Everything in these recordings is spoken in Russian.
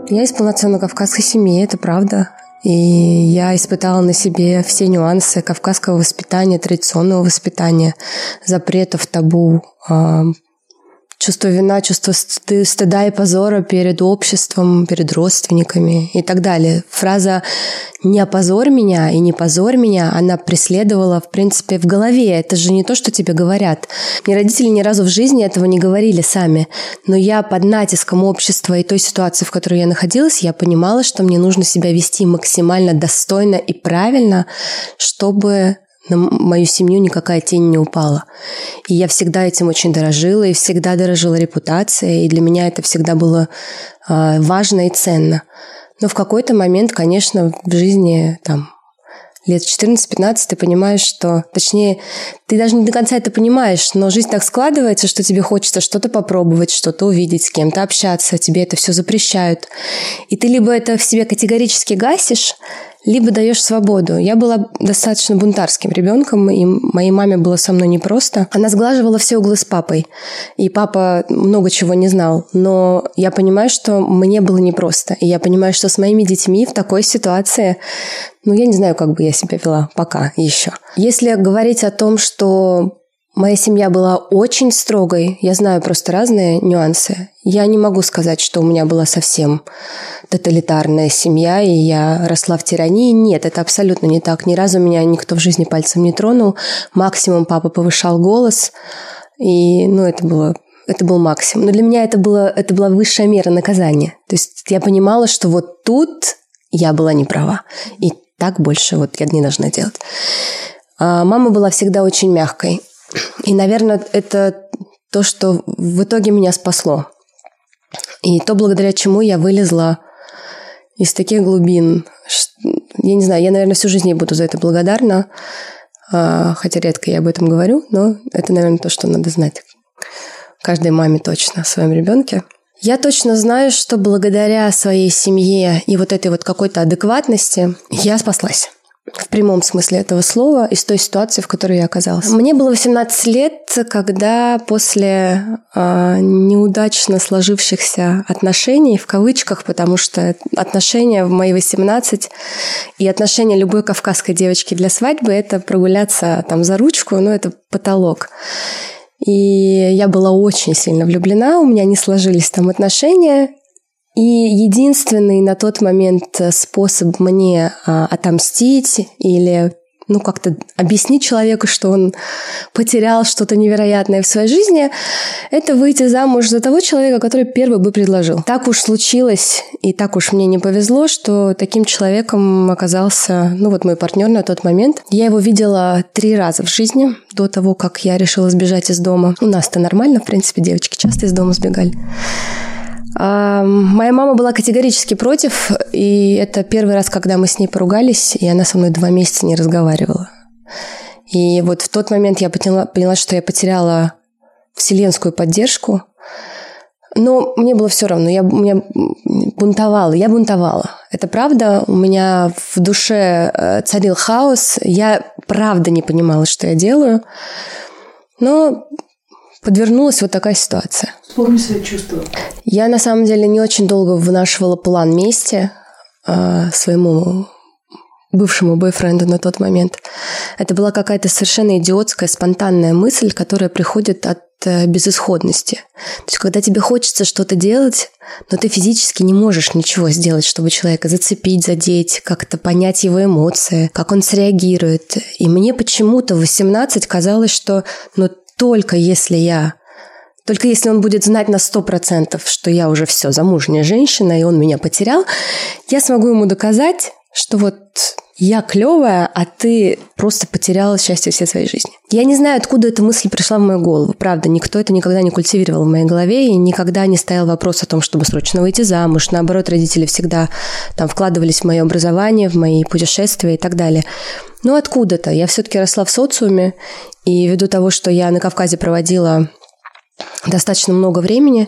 Я из полноценной кавказской семьи, это правда. И я испытала на себе все нюансы кавказского воспитания, традиционного воспитания, запретов, табу, чувство вины, чувство стыда и позора перед обществом, перед родственниками и так далее. Фраза «не опозорь меня» и «не позорь меня», она преследовала, в принципе, в голове. Это же не то, что тебе говорят. Мне родители ни разу в жизни этого не говорили сами. Но я под натиском общества и той ситуации, в которой я находилась, я понимала, что мне нужно себя вести максимально достойно и правильно, чтобы на мою семью никакая тень не упала. И я всегда этим очень дорожила, и всегда дорожила репутацией, и для меня это всегда было важно и ценно. Но в какой-то момент, конечно, в жизни, лет 14-15 ты понимаешь, что... Точнее, ты даже не до конца это понимаешь, но жизнь так складывается, что тебе хочется что-то попробовать, что-то увидеть, с кем-то общаться, тебе это все запрещают. И ты либо это в себе категорически гасишь, либо даешь свободу. Я была достаточно бунтарским ребенком, и моей маме было со мной непросто. Она сглаживала все углы с папой, и папа много чего не знал. Но я понимаю, что мне было непросто. И я понимаю, что с моими детьми в такой ситуации, я не знаю, как бы я себя вела пока еще. Если говорить о том, что моя семья была очень строгой, я знаю просто разные нюансы. Я не могу сказать, что у меня была совсем тоталитарная семья, и я росла в тирании. Нет, это абсолютно не так. Ни разу меня никто в жизни пальцем не тронул. Максимум папа повышал голос, и это был максимум. Но для меня это была высшая мера наказания. То есть я понимала, что вот тут я была не права, и так больше я не должна делать. Мама была всегда очень мягкой. И, наверное, это то, что в итоге меня спасло. И то, благодаря чему я вылезла из таких глубин. Я не знаю, я, наверное, всю жизнь ей буду за это благодарна. Хотя редко я об этом говорю, но это, наверное, то, что надо знать. Каждой маме точно о своем ребенке. Я точно знаю, что благодаря своей семье и этой какой-то адекватности я спаслась. В прямом смысле этого слова, из той ситуации, в которой я оказалась. Мне было 18 лет, когда после неудачно сложившихся отношений, в кавычках, потому что отношения в мои 18 и отношения любой кавказской девочки для свадьбы – это прогуляться за ручку, это потолок. И я была очень сильно влюблена, у меня не сложились отношения. И единственный на тот момент способ мне отомстить или как-то объяснить человеку, что он потерял что-то невероятное в своей жизни, это выйти замуж за того человека, который первый бы предложил. Так уж случилось, и так уж мне не повезло, что таким человеком оказался, мой партнер на тот момент. Я его видела 3 раза в жизни до того, как я решила сбежать из дома. У нас-то нормально, в принципе, девочки часто из дома сбегали. Моя мама была категорически против, и это первый раз, когда мы с ней поругались, и она со мной 2 месяца не разговаривала. И в тот момент я поняла, что я потеряла вселенскую поддержку, но мне было все равно, я бунтовала. Это правда, у меня в душе царил хаос, я правда не понимала, что я делаю, но подвернулась такая ситуация. Вспомни свои чувства. Я, на самом деле, не очень долго вынашивала план мести своему бывшему бойфренду на тот момент. Это была какая-то совершенно идиотская, спонтанная мысль, которая приходит от безысходности. То есть, когда тебе хочется что-то делать, но ты физически не можешь ничего сделать, чтобы человека зацепить, задеть, как-то понять его эмоции, как он среагирует. И мне почему-то в 18 казалось, что только если он будет знать на 100%, что я уже все, замужняя женщина, и он меня потерял, я смогу ему доказать, что я клевая, а ты просто потеряла счастье всей своей жизни. Я не знаю, откуда эта мысль пришла в мою голову. Правда, никто это никогда не культивировал в моей голове, и никогда не стоял вопрос о том, чтобы срочно выйти замуж. Наоборот, родители всегда вкладывались в мое образование, в мои путешествия и так далее. Но откуда-то. Я все-таки росла в социуме, и ввиду того, что я на Кавказе проводила достаточно много времени,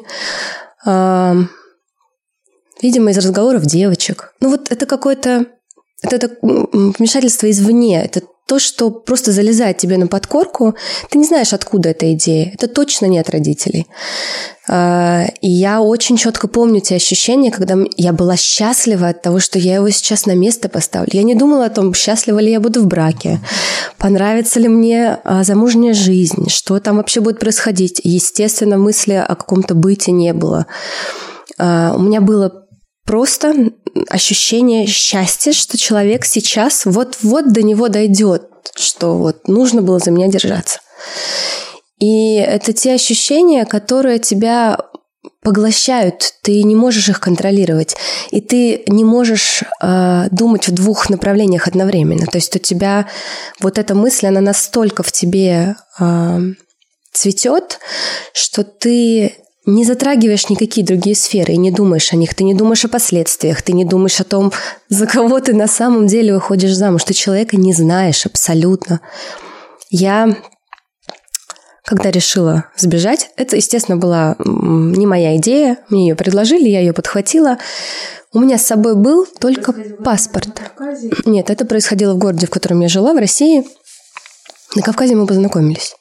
видимо, из разговоров девочек. Это какое-то... Это вмешательство извне. Это то, что просто залезает тебе на подкорку, ты не знаешь, откуда эта идея. Это точно не от родителей. И я очень четко помню те ощущения, когда я была счастлива от того, что я его сейчас на место поставлю. Я не думала о том, счастлива ли я буду в браке, понравится ли мне замужняя жизнь, что там вообще будет происходить. Естественно, мысли о каком-то быте не было. У меня было просто ощущение счастья, что человек сейчас вот-вот до него дойдет, что вот нужно было за меня держаться. И это те ощущения, которые тебя поглощают, ты не можешь их контролировать, и ты не можешь думать в двух направлениях одновременно. То есть у тебя вот эта мысль, она настолько в тебе цветет, что ты не затрагиваешь никакие другие сферы и не думаешь о них, ты не думаешь о последствиях, ты не думаешь о том, за кого ты на самом деле выходишь замуж, ты человека не знаешь абсолютно. Я, когда решила сбежать, это, естественно, была не моя идея, мне ее предложили, я ее подхватила. У меня с собой был только паспорт. Нет, это происходило в городе, в котором я жила, в России. На Кавказе мы познакомились.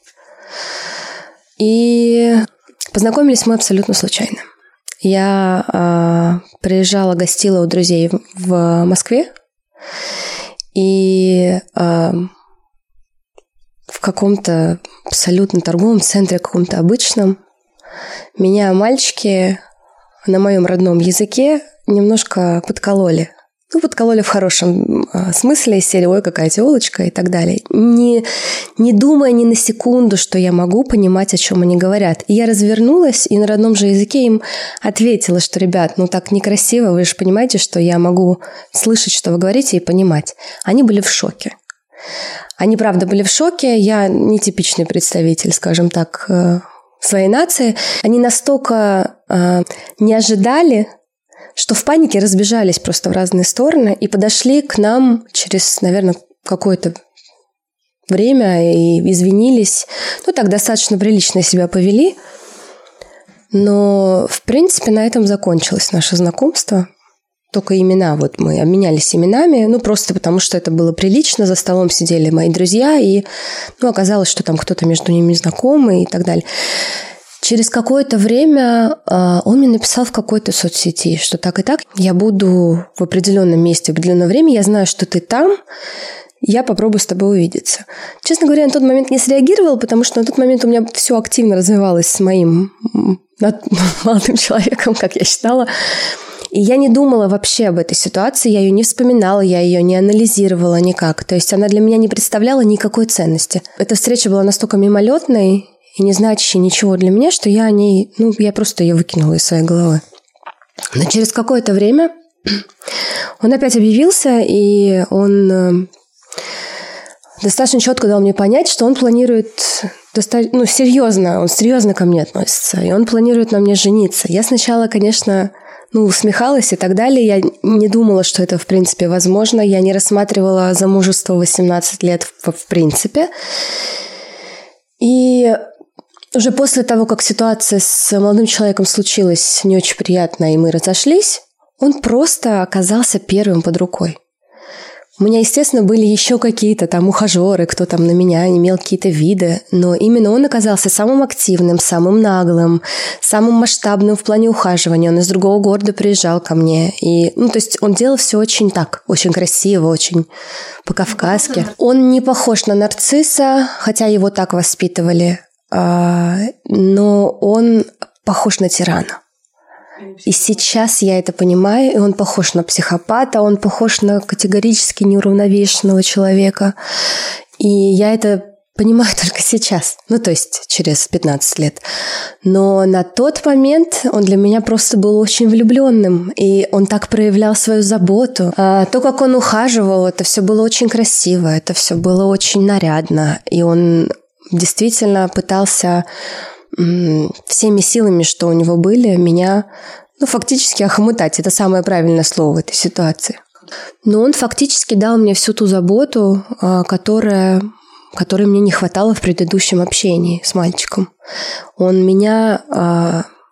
И познакомились мы абсолютно случайно. Я приезжала, гостила у друзей в Москве, и в каком-то абсолютно торговом центре, каком-то обычном, меня мальчики на моем родном языке немножко подкололи. Ну, подкололи в хорошем смысле, из серии «Ой, какая тёлочка» и так далее. Не думая ни на секунду, что я могу понимать, о чем они говорят. И я развернулась и на родном же языке им ответила, что, ребят, ну так некрасиво, вы же понимаете, что я могу слышать, что вы говорите, и понимать. Они были в шоке. Они, правда, были в шоке. Я нетипичный представитель, скажем так, своей нации. Они настолько не ожидали, что в панике разбежались просто в разные стороны и подошли к нам через, наверное, какое-то время и извинились. Ну, так достаточно прилично себя повели. Но, в принципе, на этом закончилось наше знакомство. Только имена, вот мы обменялись именами, ну, просто потому что это было прилично, за столом сидели мои друзья, и, ну, оказалось, что там кто-то между ними знакомый и так далее. Через какое-то время он мне написал в какой-то соцсети, что так и так, я буду в определенном месте в определенное время, я знаю, что ты там, я попробую с тобой увидеться. Честно говоря, на тот момент не среагировала, потому что на тот момент у меня все активно развивалось с моим молодым человеком, как я считала. И я не думала вообще об этой ситуации, я ее не вспоминала, я ее не анализировала никак. То есть она для меня не представляла никакой ценности. Эта встреча была настолько мимолетной и не значащей ничего для меня, что я о ней, я просто ее выкинула из своей головы. Но через какое-то время он опять объявился, и он достаточно четко дал мне понять, что он планирует серьезно, он серьезно ко мне относится, и он планирует на мне жениться. Я сначала, конечно, усмехалась и так далее. Я не думала, что это в принципе возможно. Я не рассматривала замужество 18 лет в принципе. И уже после того, как ситуация с молодым человеком случилась не очень приятно, и мы разошлись, он просто оказался первым под рукой. У меня, естественно, были еще какие-то там ухажеры, кто там на меня имел какие-то виды, но именно он оказался самым активным, самым наглым, самым масштабным в плане ухаживания. Он из другого города приезжал ко мне. И, то есть он делал все очень так, очень красиво, очень по-кавказски. Он не похож на нарцисса, хотя его так воспитывали, но он похож на тирана. И сейчас я это понимаю, и он похож на психопата, он похож на категорически неуравновешенного человека. И я это понимаю только сейчас, то есть через 15 лет. Но на тот момент он для меня просто был очень влюбленным, и он так проявлял свою заботу. То, как он ухаживал, это все было очень красиво, это все было очень нарядно, и он действительно пытался всеми силами, что у него были, меня, фактически охомутать. Это самое правильное слово в этой ситуации. Но он фактически дал мне всю ту заботу, которой мне не хватало в предыдущем общении с мальчиком. Он меня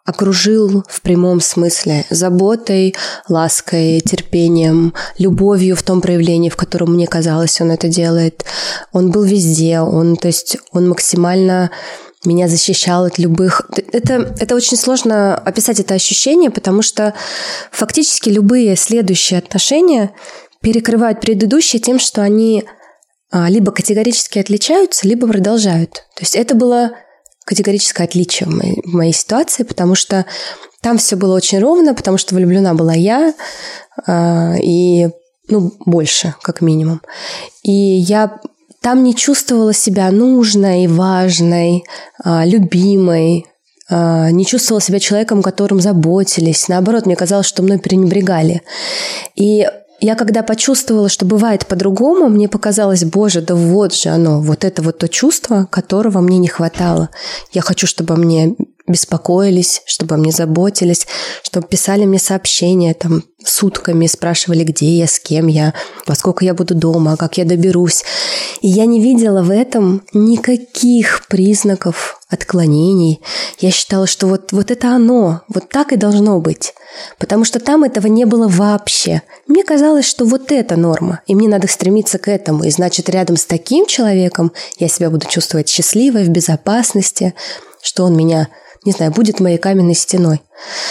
окружил в прямом смысле заботой, лаской, терпением, любовью в том проявлении, в котором мне казалось, он это делает. Он был везде, он максимально меня защищал от любых... Это очень сложно описать это ощущение, потому что фактически любые следующие отношения перекрывают предыдущие тем, что они либо категорически отличаются, либо продолжают. То есть это было категорическое отличие в моей ситуации, потому что там все было очень ровно, потому что влюблена была я, и, больше, как минимум. И я там не чувствовала себя нужной, важной, любимой, не чувствовала себя человеком, которым заботились. Наоборот, мне казалось, что мной пренебрегали. И я когда почувствовала, что бывает по-другому, мне показалось, боже, да вот же оно, вот это вот то чувство, которого мне не хватало. Я хочу, чтобы о мне беспокоились, чтобы о мне заботились, чтобы писали мне сообщения там сутками, спрашивали, где я, с кем я, во сколько я буду дома, как я доберусь. И я не видела в этом никаких признаков отклонений. Я считала, что вот это оно, вот так и должно быть. Потому что там этого не было вообще. Мне казалось, что вот это норма, и мне надо стремиться к этому. И значит, рядом с таким человеком я себя буду чувствовать счастливой, в безопасности, что он меня, не знаю, будет моей каменной стеной.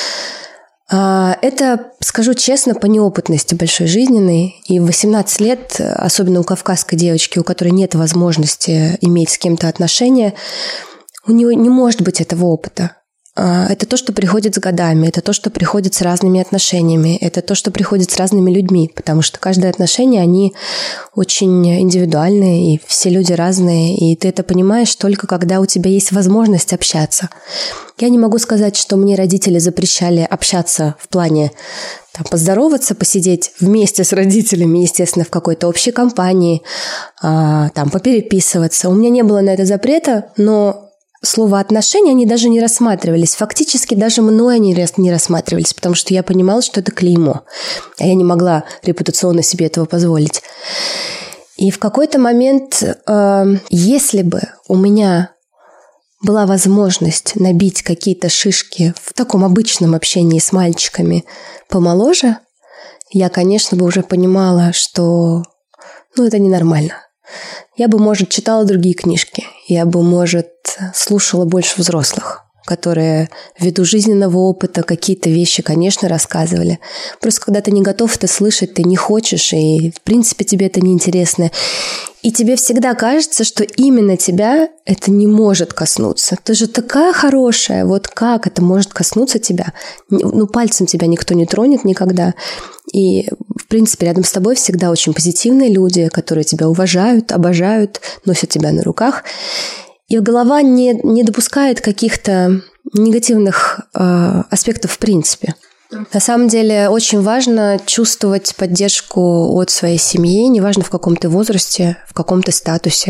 Это, скажу честно, по неопытности большой жизненной. И в 18 лет, особенно у кавказской девочки, у которой нет возможности иметь с кем-то отношения, у нее не может быть этого опыта. Это то, что приходит с годами, это то, что приходит с разными отношениями, это то, что приходит с разными людьми, потому что каждое отношение, они очень индивидуальные, и все люди разные, и ты это понимаешь только когда у тебя есть возможность общаться. Я не могу сказать, что мне родители запрещали общаться в плане поздороваться, посидеть вместе с родителями, естественно, в какой-то общей компании, попереписываться. У меня не было на это запрета, но слово «отношения» они даже не рассматривались. Фактически даже мной они не рассматривались, потому что я понимала, что это клеймо. А я не могла репутационно себе этого позволить. И в какой-то момент, если бы у меня была возможность набить какие-то шишки в таком обычном общении с мальчиками помоложе, я, конечно, бы уже понимала, что это ненормально. Я бы, может, читала другие книжки. Я бы, может, слушала больше взрослых, которые ввиду жизненного опыта какие-то вещи, конечно, рассказывали. Просто когда ты не готов это слышать, ты не хочешь, и, в принципе, тебе это неинтересно. И тебе всегда кажется, что именно тебя это не может коснуться. Ты же такая хорошая, вот как это может коснуться тебя? Пальцем тебя никто не тронет никогда. И, в принципе, рядом с тобой всегда очень позитивные люди, которые тебя уважают, обожают, носят тебя на руках. И голова не допускает каких-то негативных аспектов в принципе. На самом деле очень важно чувствовать поддержку от своей семьи, неважно в каком ты возрасте, в каком ты статусе,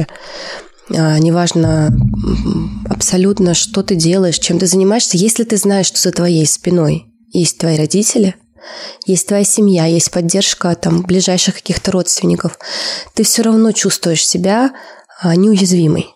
неважно абсолютно, что ты делаешь, чем ты занимаешься, если ты знаешь, что за твоей спиной есть твои родители, есть твоя семья, есть поддержка ближайших каких-то родственников, ты все равно чувствуешь себя неуязвимой.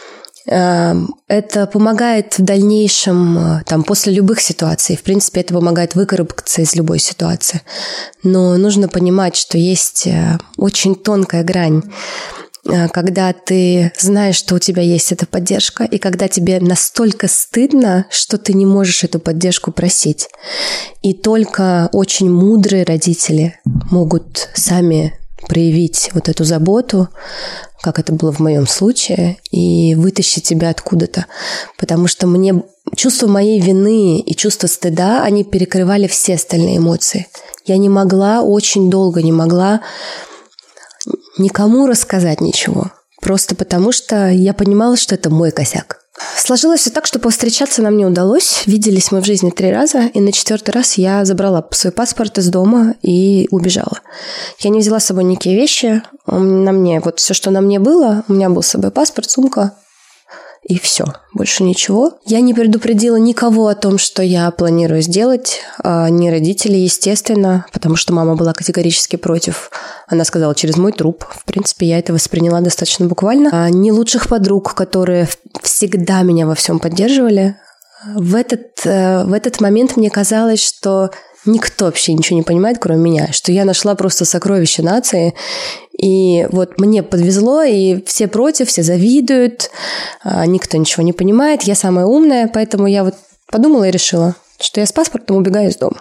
Это помогает в дальнейшем, после любых ситуаций. В принципе, это помогает выкарабкаться из любой ситуации. Но нужно понимать, что есть очень тонкая грань, когда ты знаешь, что у тебя есть эта поддержка, и когда тебе настолько стыдно, что ты не можешь эту поддержку просить. И только очень мудрые родители могут сами проявить вот эту заботу, как это было в моем случае, и вытащить тебя откуда-то. Потому что чувство моей вины и чувство стыда, они перекрывали все остальные эмоции. Я очень долго не могла никому рассказать ничего. Просто потому что я понимала, что это мой косяк. Сложилось все так, что повстречаться нам не удалось. Виделись мы в жизни 3 раза, и на 4-й раз я забрала свой паспорт из дома и убежала. Я не взяла с собой никакие вещи. На мне, все, что на мне было, у меня был с собой паспорт, сумка, и все, больше ничего. Я не предупредила никого о том, что я планирую сделать, ни родителей, естественно, потому что мама была категорически против. Она сказала, через мой труп. В принципе, я это восприняла достаточно буквально. Ни лучших подруг, которые всегда меня во всем поддерживали, В этот момент мне казалось, что никто вообще ничего не понимает, кроме меня, что я нашла просто сокровище нации, и вот мне подвезло, и все против, все завидуют, никто ничего не понимает, я самая умная, поэтому я вот подумала и решила, что я с паспортом убегаю из дома.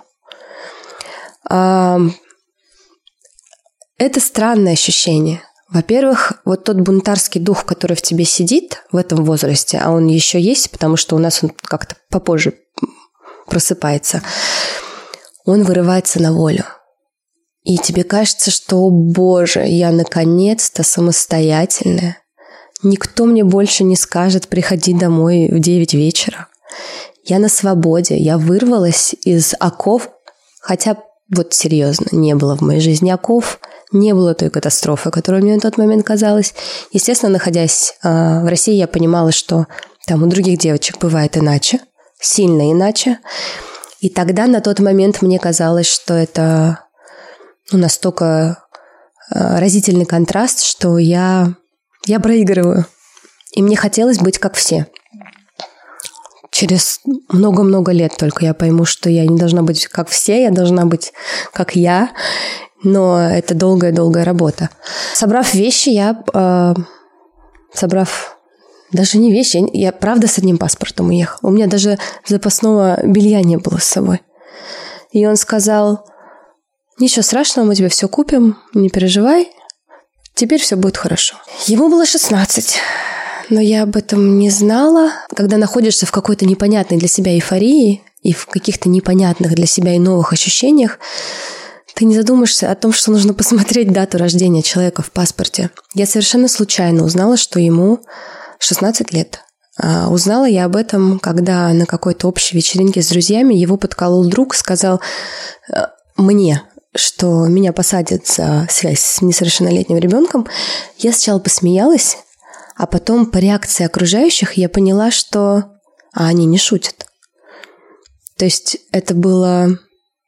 Это странное ощущение. Во-первых, вот тот бунтарский дух, который в тебе сидит в этом возрасте, а он еще есть, потому что у нас он как-то попозже просыпается, он вырывается на волю. И тебе кажется, что, о боже, я наконец-то самостоятельная. Никто мне больше не скажет, приходи домой в 9 вечера. Я на свободе, я вырвалась из оков, хотя вот серьезно, не было в моей жизни оков, не было той катастрофы, которая мне на тот момент казалась. Естественно, находясь в России, я понимала, что там у других девочек бывает иначе, сильно иначе. И тогда на тот момент мне казалось, что это настолько разительный контраст, что я проигрываю. И мне хотелось быть как все. Через много-много лет только я пойму, что я не должна быть как все, я должна быть как я. Но это долгая-долгая работа. Собрав вещи, даже не вещи, я правда с одним паспортом уехала. У меня даже запасного белья не было с собой. И он сказал: ничего страшного, мы тебе все купим, не переживай, теперь все будет хорошо. Ему было 16, но я об этом не знала. Когда находишься в какой-то непонятной для себя эйфории и в каких-то непонятных для себя и новых ощущениях, ты не задумаешься о том, что нужно посмотреть дату рождения человека в паспорте. Я совершенно случайно узнала, что ему 16 лет. Узнала я об этом, когда на какой-то общей вечеринке с друзьями его подколол друг, сказал мне, что меня посадят за связь с несовершеннолетним ребенком. Я сначала посмеялась, а потом по реакции окружающих я поняла, что они не шутят. То есть это был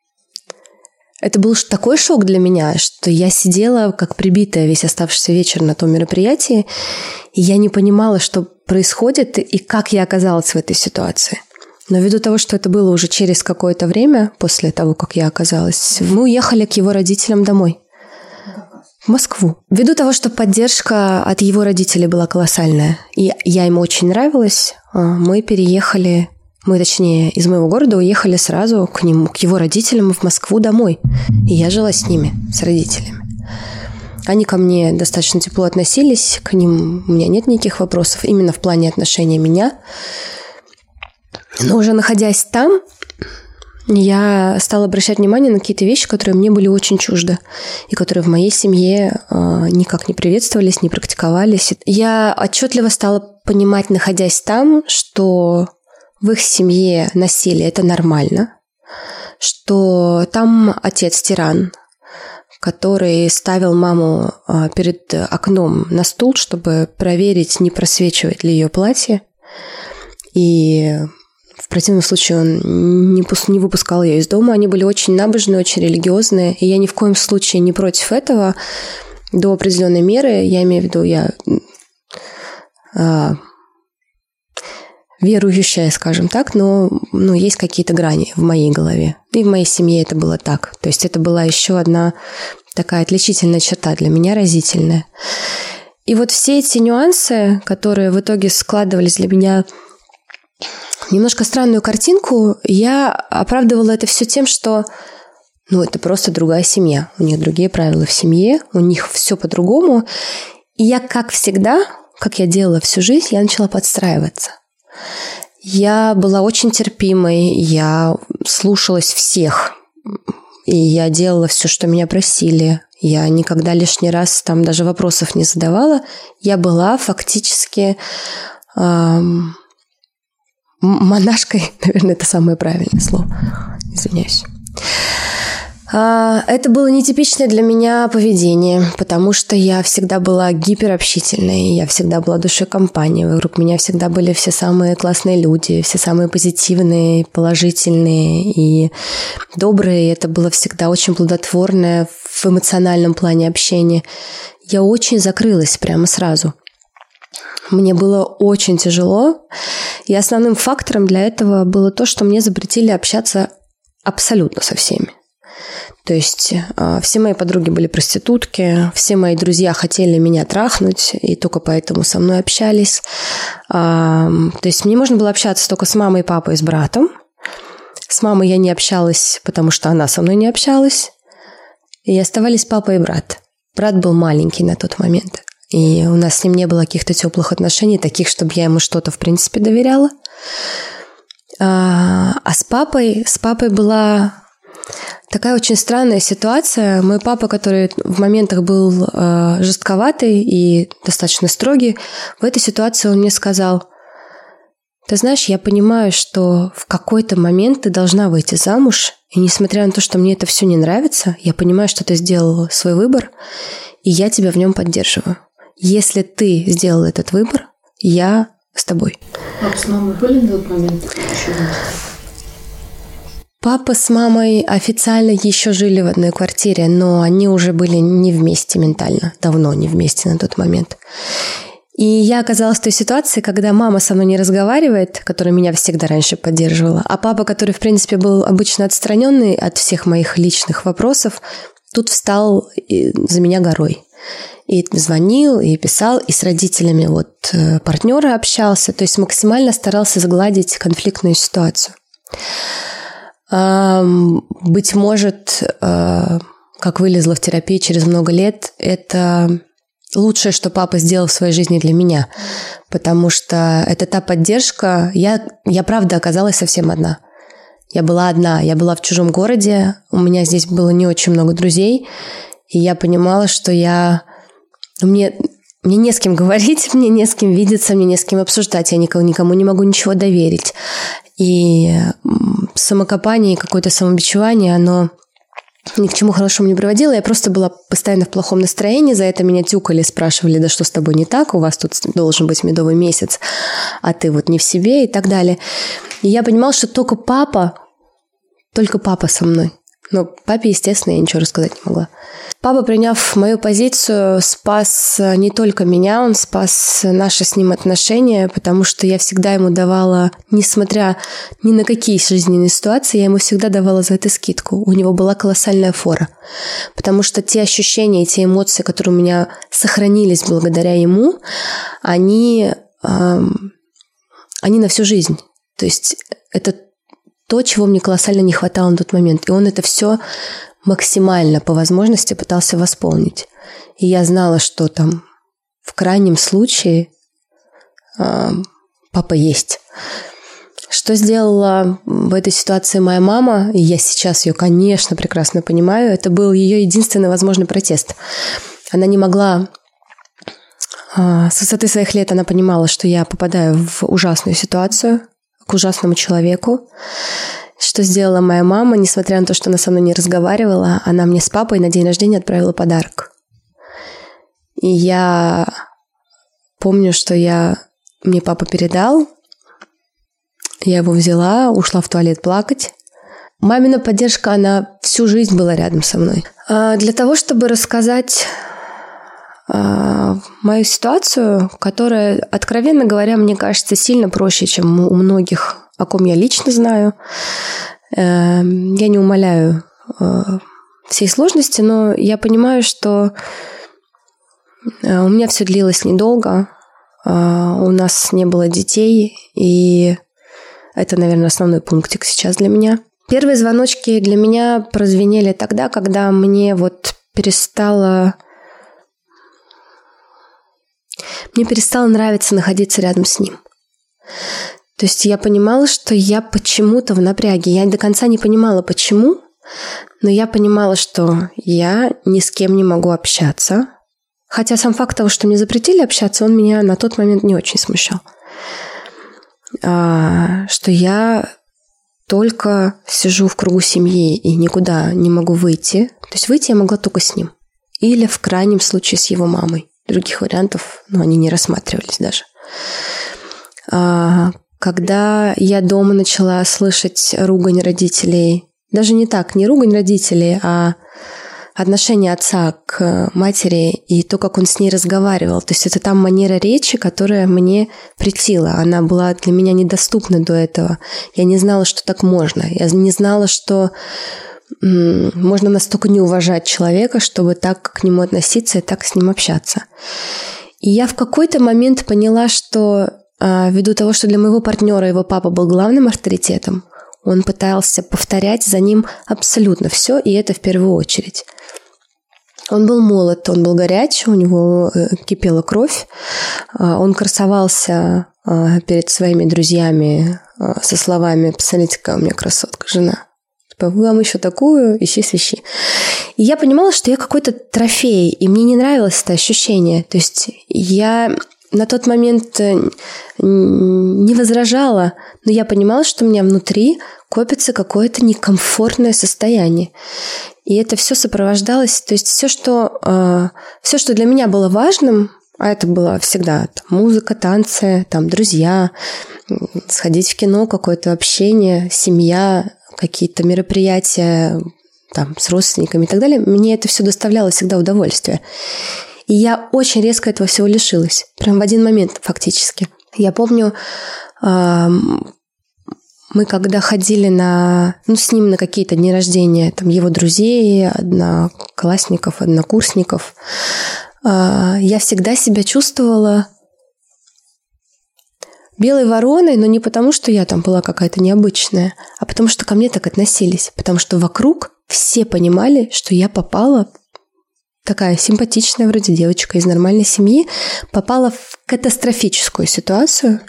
такой шок для меня, что я сидела как прибитая весь оставшийся вечер на том мероприятии, и я не понимала, что происходит и как я оказалась в этой ситуации. Но ввиду того, что это было уже через какое-то время, после того, как я оказалась, мы уехали к его родителям домой, в Москву. Ввиду того, что поддержка от его родителей была колоссальная, и я ему очень нравилась, мы переехали... точнее, из моего города уехали сразу к его родителям в Москву домой. И я жила с ними, с родителями. Они ко мне достаточно тепло относились, к ним у меня нет никаких вопросов, именно в плане отношения меня. Но уже находясь там, я стала обращать внимание на какие-то вещи, которые мне были очень чужды, и которые в моей семье никак не приветствовались, не практиковались. Я отчетливо стала понимать, находясь там, что в их семье насилие – это нормально, что там отец тиран, который ставил маму перед окном на стул, чтобы проверить, не просвечивает ли ее платье, и в противном случае он не выпускал ее из дома. Они были очень набожные, очень религиозные, и я ни в коем случае не против этого до определенной меры. Я имею в виду, я верующая, скажем так, но есть какие-то грани в моей голове. И в моей семье это было так. То есть это была еще одна такая отличительная черта для меня, разительная. И вот все эти нюансы, которые в итоге складывались для меня немножко странную картинку, я оправдывала это все тем, что это просто другая семья. У них другие правила в семье, у них все по-другому. И я, как всегда, как я делала всю жизнь, я начала подстраиваться. Я была очень терпимой, я слушалась всех, и я делала все, что меня просили. Я никогда лишний раз там даже вопросов не задавала. Я была фактически монашкой, наверное, это самое правильное слово. Извиняюсь. Это было нетипичное для меня поведение, потому что я всегда была гиперобщительной, я всегда была душой компании, вокруг меня всегда были все самые классные люди, все самые позитивные, положительные и добрые. Это было всегда очень плодотворное в эмоциональном плане общения. Я очень закрылась прямо сразу. Мне было очень тяжело, и основным фактором для этого было то, что мне запретили общаться абсолютно со всеми. То есть все мои подруги были проститутки, все мои друзья хотели меня трахнуть, и только поэтому со мной общались. То есть мне можно было общаться только с мамой, папой и с братом. С мамой я не общалась, потому что она со мной не общалась. И оставались папа и брат. Брат был маленький на тот момент. И у нас с ним не было каких-то теплых отношений, таких, чтобы я ему что-то, в принципе, доверяла. А с папой была такая очень странная ситуация. Мой папа, который в моментах был жестковатый и достаточно строгий, в этой ситуации он мне сказал: ты знаешь, я понимаю, что в какой-то момент ты должна выйти замуж, и несмотря на то, что мне это все не нравится, я понимаю, что ты сделала свой выбор, и я тебя в нем поддерживаю. Если ты сделал этот выбор, я с тобой. Папа с мамой были на тот момент? Папа с мамой официально еще жили в одной квартире, но они уже были не вместе ментально, давно не вместе на тот момент. И я оказалась в той ситуации, когда мама со мной не разговаривает, которая меня всегда раньше поддерживала, а папа, который, в принципе, был обычно отстраненный от всех моих личных вопросов, тут встал за меня горой. И звонил, и писал, и с родителями партнера общался, то есть максимально старался сгладить конфликтную ситуацию. Быть может, как вылезла в терапии через много лет, это лучшее, что папа сделал в своей жизни для меня, потому что это та поддержка. Я правда оказалась совсем одна. Я была одна, я была в чужом городе, у меня здесь было не очень много друзей, и я понимала, что мне не с кем говорить, мне не с кем видеться, мне не с кем обсуждать, я никому не могу ничего доверить. И самокопание, какое-то самобичевание, оно ни к чему хорошему не приводило. Я просто была постоянно в плохом настроении, за это меня тюкали, спрашивали: да что с тобой не так, у вас тут должен быть медовый месяц, а ты не в себе, и так далее. И я понимала, что только папа со мной. Но папе, естественно, я ничего рассказать не могла. Папа, приняв мою позицию, спас не только меня, он спас наши с ним отношения, потому что я всегда ему давала, несмотря ни на какие жизненные ситуации, я ему всегда давала за это скидку. У него была колоссальная фора. Потому что те ощущения, те эмоции, которые у меня сохранились благодаря ему, они на всю жизнь. То есть это то, чего мне колоссально не хватало на тот момент. И он это все максимально по возможности пытался восполнить. И я знала, что там в крайнем случае папа есть. Что сделала в этой ситуации моя мама, и я сейчас ее, конечно, прекрасно понимаю, это был ее единственный возможный протест. Она не могла... С высоты своих лет она понимала, что я попадаю в ужасную ситуацию, к ужасному человеку. Что сделала моя мама, несмотря на то, что она со мной не разговаривала, она мне с папой на день рождения отправила подарок. И я помню, что мне папа передал, я его взяла, ушла в туалет плакать. Мамина поддержка, она всю жизнь была рядом со мной. Для того, чтобы рассказать мою ситуацию, которая, откровенно говоря, мне кажется, сильно проще, чем у многих, о ком я лично знаю. Я не умаляю всей сложности, но я понимаю, что у меня все длилось недолго, у нас не было детей, и это, наверное, основной пунктик сейчас для меня. Первые звоночки для меня прозвенели тогда, когда мне перестало нравиться находиться рядом с ним. То есть я понимала, что я почему-то в напряге. Я до конца не понимала, почему, но я понимала, что я ни с кем не могу общаться. Хотя сам факт того, что мне запретили общаться, он меня на тот момент не очень смущал. Что я только сижу в кругу семьи и никуда не могу выйти. То есть выйти я могла только с ним. Или в крайнем случае с его мамой. Других вариантов, они не рассматривались даже. Когда я дома начала слышать ругань родителей, даже не ругань родителей, а отношение отца к матери и то, как он с ней разговаривал. То есть это та манера речи, которая мне претила. Она была для меня недоступна до этого. Я не знала, что так можно. Я не знала, что можно настолько не уважать человека, чтобы так к нему относиться и так с ним общаться. И я в какой-то момент поняла, что ввиду того, что для моего партнера его папа был главным авторитетом, он пытался повторять за ним абсолютно все, и это в первую очередь. Он был молод, он был горячий, у него кипела кровь, он красовался перед своими друзьями со словами: «Посмотрите, какая у меня красотка жена. Вам еще такую, ищи свищи». И я понимала, что я какой-то трофей, и мне не нравилось это ощущение. То есть я на тот момент не возражала, но я понимала, что у меня внутри копится какое-то некомфортное состояние. И это все сопровождалось, то есть все, что для меня было важным, а это было всегда музыка, танцы, друзья, сходить в кино, какое-то общение, семья, какие-то мероприятия с родственниками и так далее, мне это все доставляло всегда удовольствие. И я очень резко этого всего лишилась. Прям в один момент фактически. Я помню, мы когда ходили с ним на какие-то дни рождения, его друзей, одноклассников, однокурсников, я всегда себя чувствовала белой вороной, но не потому, что я была какая-то необычная, а потому что ко мне так относились. Потому что вокруг все понимали, что я попала, такая симпатичная вроде девочка из нормальной семьи, попала в катастрофическую ситуацию.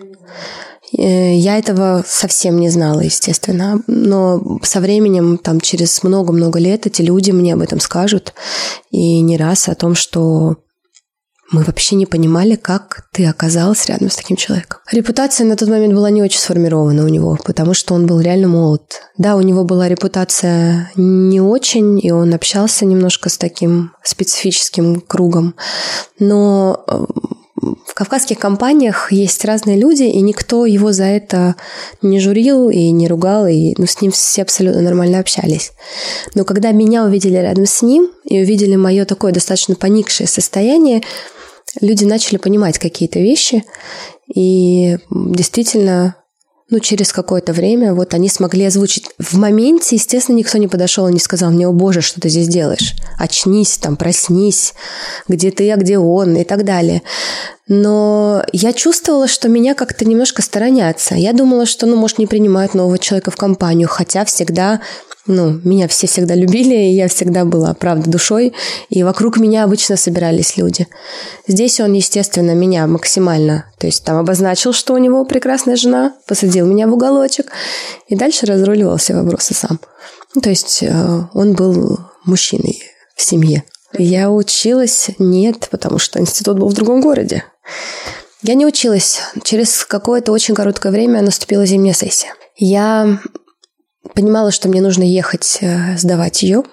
Я этого совсем не знала, естественно. Но со временем, через много-много лет, эти люди мне об этом скажут. И не раз о том, что мы вообще не понимали, как ты оказалась рядом с таким человеком. Репутация на тот момент была не очень сформирована у него, потому что он был реально молод. Да, у него была репутация не очень, и он общался немножко с таким специфическим кругом. Но в кавказских компаниях есть разные люди, и никто его за это не журил и не ругал, и с ним все абсолютно нормально общались. Но когда меня увидели рядом с ним и увидели мое такое достаточно поникшее состояние, люди начали понимать какие-то вещи, и действительно, через какое-то время они смогли озвучить. В моменте, естественно, никто не подошел и не сказал мне: «О боже, что ты здесь делаешь? Очнись, проснись, где ты, а где он?» и так далее. Но я чувствовала, что меня как-то немножко сторонятся. Я думала, что, может, не принимают нового человека в компанию, хотя всегда... меня все всегда любили, и я всегда была, правда, душой, и вокруг меня обычно собирались люди. Здесь он, естественно, меня максимально, то есть обозначил, что у него прекрасная жена, посадил меня в уголочек, и дальше разруливал все вопросы сам. То есть он был мужчиной в семье. Я училась? Нет, потому что институт был в другом городе. Я не училась. Через какое-то очень короткое время наступила зимняя сессия. Я понимала, что мне нужно ехать сдавать ее,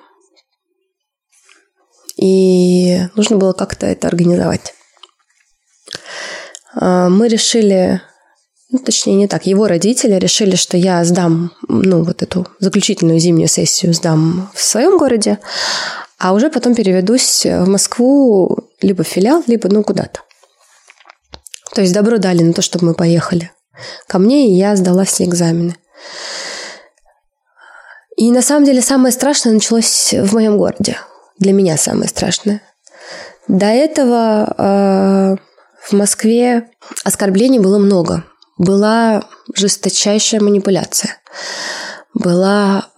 и нужно было как-то это организовать. Мы решили, точнее не так, его родители решили, что я сдам, эту заключительную зимнюю сессию сдам в своем городе, а уже потом переведусь в Москву либо в филиал, либо куда-то. То есть добро дали на то, чтобы мы поехали ко мне, и я сдала все экзамены. И на самом деле самое страшное началось в моем городе. Для меня самое страшное. До этого в Москве оскорблений было много. Была жесточайшая манипуляция. Была...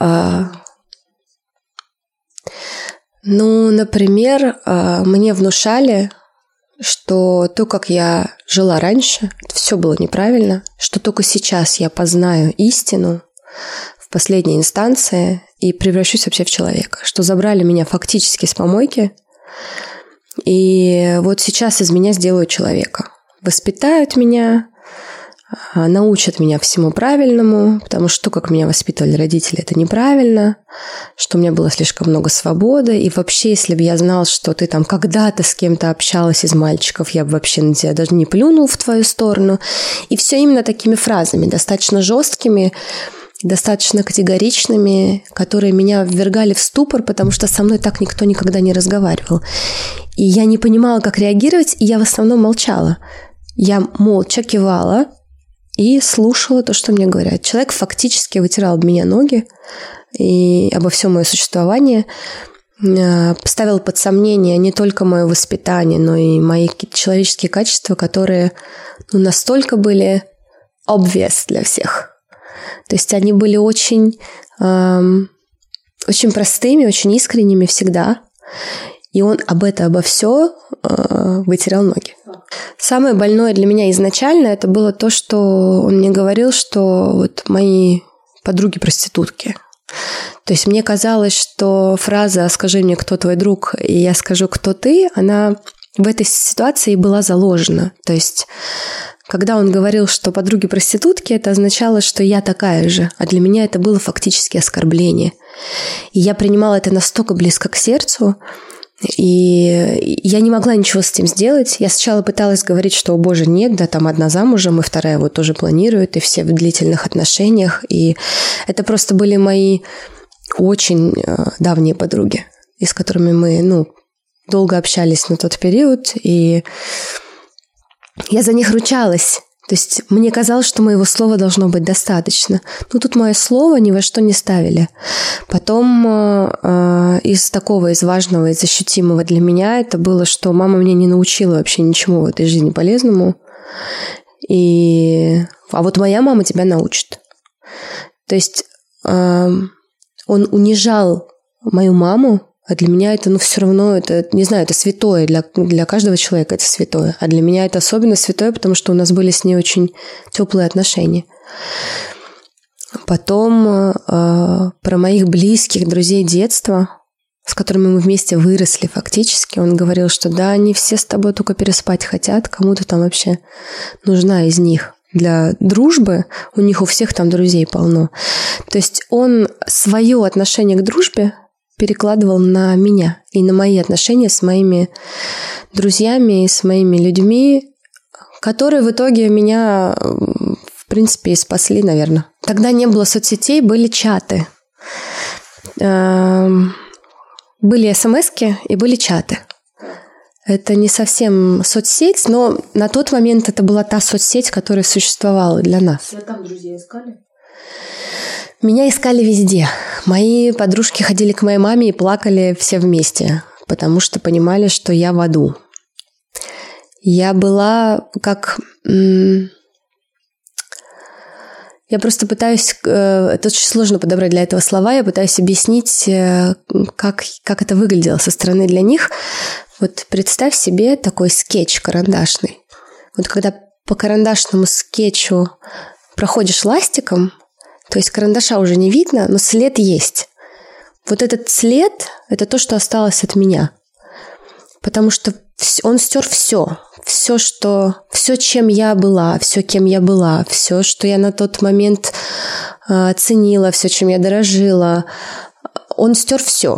например, мне внушали, что то, как я жила раньше, все было неправильно, что только сейчас я познаю истину в последней инстанции и превращусь вообще в человека, что забрали меня фактически с помойки, и вот сейчас из меня сделают человека. Воспитают меня, научат меня всему правильному, потому что, как меня воспитывали родители, это неправильно, что у меня было слишком много свободы, и вообще, если бы я знал, что ты когда-то с кем-то общалась из мальчиков, я бы вообще на тебя даже не плюнул в твою сторону. И все именно такими фразами, достаточно жесткими, достаточно категоричными, которые меня ввергали в ступор, потому что со мной так никто никогда не разговаривал. И я не понимала, как реагировать, и я в основном молчала. Я молча кивала и слушала то, что мне говорят. Человек фактически вытирал об меня ноги и обо всем мое существование, ставил под сомнение не только мое воспитание, но и мои какие-то человеческие качества, которые настолько были obvious для всех. То есть они были очень простыми, очень искренними всегда. И он обо все вытирал ноги. Самое больное для меня изначально это было то, что он мне говорил, что вот мои подруги проститутки. То есть мне казалось, что фраза «скажи мне, кто твой друг, и я скажу, кто ты», она в этой ситуации была заложена. То есть когда он говорил, что подруги проститутки, это означало, что я такая же. А для меня это было фактически оскорбление. И я принимала это настолько близко к сердцу, и я не могла ничего с этим сделать. Я сначала пыталась говорить, что, о боже, нет, да, там одна замужем, и вторая вот тоже планирует, и все в длительных отношениях. И это просто были мои очень давние подруги, с которыми мы, долго общались на тот период, и я за них ручалась. То есть мне казалось, что моего слова должно быть достаточно. Но тут мое слово ни во что не ставили. Потом из важного, из ощутимого для меня это было, что мама меня не научила вообще ничему в этой жизни полезному. А вот моя мама тебя научит. То есть он унижал мою маму, а для меня это, все равно, это, не знаю, это святое. Для каждого человека это святое. А для меня это особенно святое, потому что у нас были с ней очень теплые отношения. Потом про моих близких друзей детства, с которыми мы вместе выросли фактически, он говорил, что да, они все с тобой только переспать хотят, кому-то там вообще нужна из них. Для дружбы у них у всех там друзей полно. То есть он свое отношение к дружбе перекладывал на меня и на мои отношения с моими друзьями и с моими людьми, которые в итоге меня, в принципе, и спасли, наверное. Тогда не было соцсетей, были чаты. Были смски и были чаты. Это не совсем соцсеть, но на тот момент это была та соцсеть, которая существовала для нас. Вы там друзей искали? Меня искали везде. Мои подружки ходили к моей маме и плакали все вместе, потому что понимали, что я в аду. Я была как... Я просто пытаюсь... Это очень сложно подобрать для этого слова. Я пытаюсь объяснить, как это выглядело со стороны для них. Вот представь себе такой скетч карандашный. Вот когда по карандашному скетчу проходишь ластиком, то есть карандаша уже не видно, но след есть. Вот этот след – это то, что осталось от меня. Потому что он стер все, чем я была, все, кем я была, все, что я на тот момент ценила, все, чем я дорожила. Он стер все.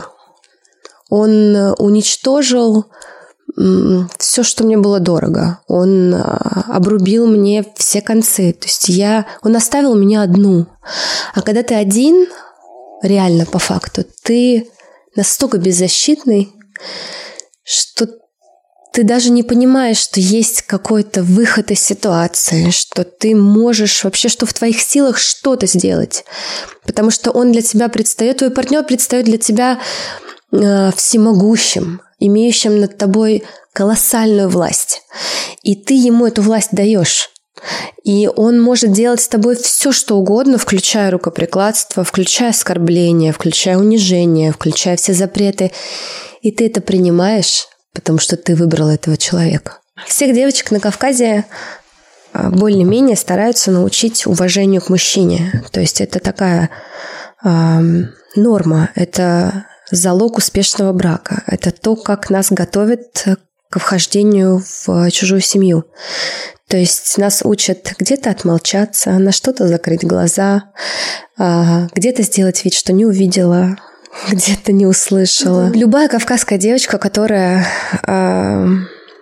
Он уничтожил все, что мне было дорого. Он обрубил мне все концы. То есть он оставил меня одну. А когда ты один, реально по факту, ты настолько беззащитный, что ты даже не понимаешь, что есть какой-то выход из ситуации, что ты можешь вообще, что в твоих силах что-то сделать. Потому что он для тебя предстает, твой партнер предстает для тебя всемогущим, имеющим над тобой колоссальную власть. И ты ему эту власть даешь. И он может делать с тобой все, что угодно, включая рукоприкладство, включая оскорбления, включая унижение, включая все запреты. И ты это принимаешь, потому что ты выбрал этого человека. Всех девочек на Кавказе более-менее стараются научить уважению к мужчине. То есть это такая норма, это залог успешного брака. Это то, как нас готовят к вхождению в чужую семью. То есть нас учат где-то отмолчаться, на что-то закрыть глаза, где-то сделать вид, что не увидела, где-то не услышала. Любая кавказская девочка, которая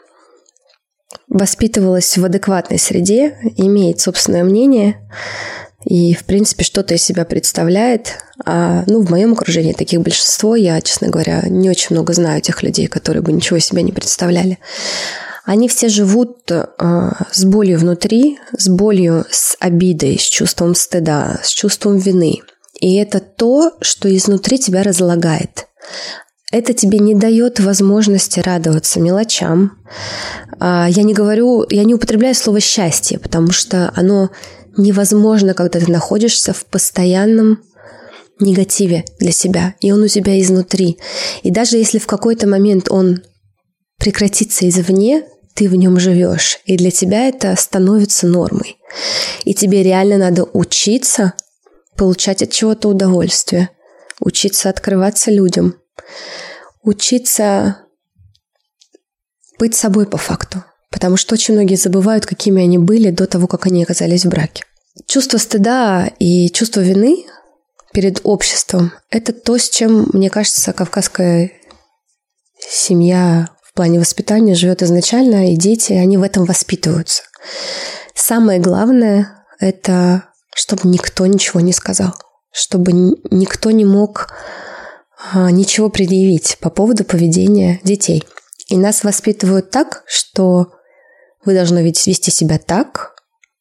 воспитывалась в адекватной среде, имеет собственное мнение, и, в принципе, что-то из себя представляет. В моем окружении таких большинство. Я, честно говоря, не очень много знаю тех людей, которые бы ничего из себя не представляли. Они все живут с болью внутри, с болью, с обидой, с чувством стыда, с чувством вины. И это то, что изнутри тебя разлагает. Это тебе не дает возможности радоваться мелочам. Я не употребляю слово «счастье», потому что оно невозможно, когда ты находишься в постоянном негативе для себя, и он у тебя изнутри. И даже если в какой-то момент он прекратится извне, ты в нем живешь, и для тебя это становится нормой. И тебе реально надо учиться получать от чего-то удовольствие, учиться открываться людям, учиться быть собой по факту. Потому что очень многие забывают, какими они были до того, как они оказались в браке. Чувство стыда и чувство вины перед обществом – это то, с чем, мне кажется, кавказская семья в плане воспитания живет изначально, и дети, они в этом воспитываются. Самое главное – это чтобы никто ничего не сказал, чтобы никто не мог ничего предъявить по поводу поведения детей. И нас воспитывают так, что вы должны вести себя так,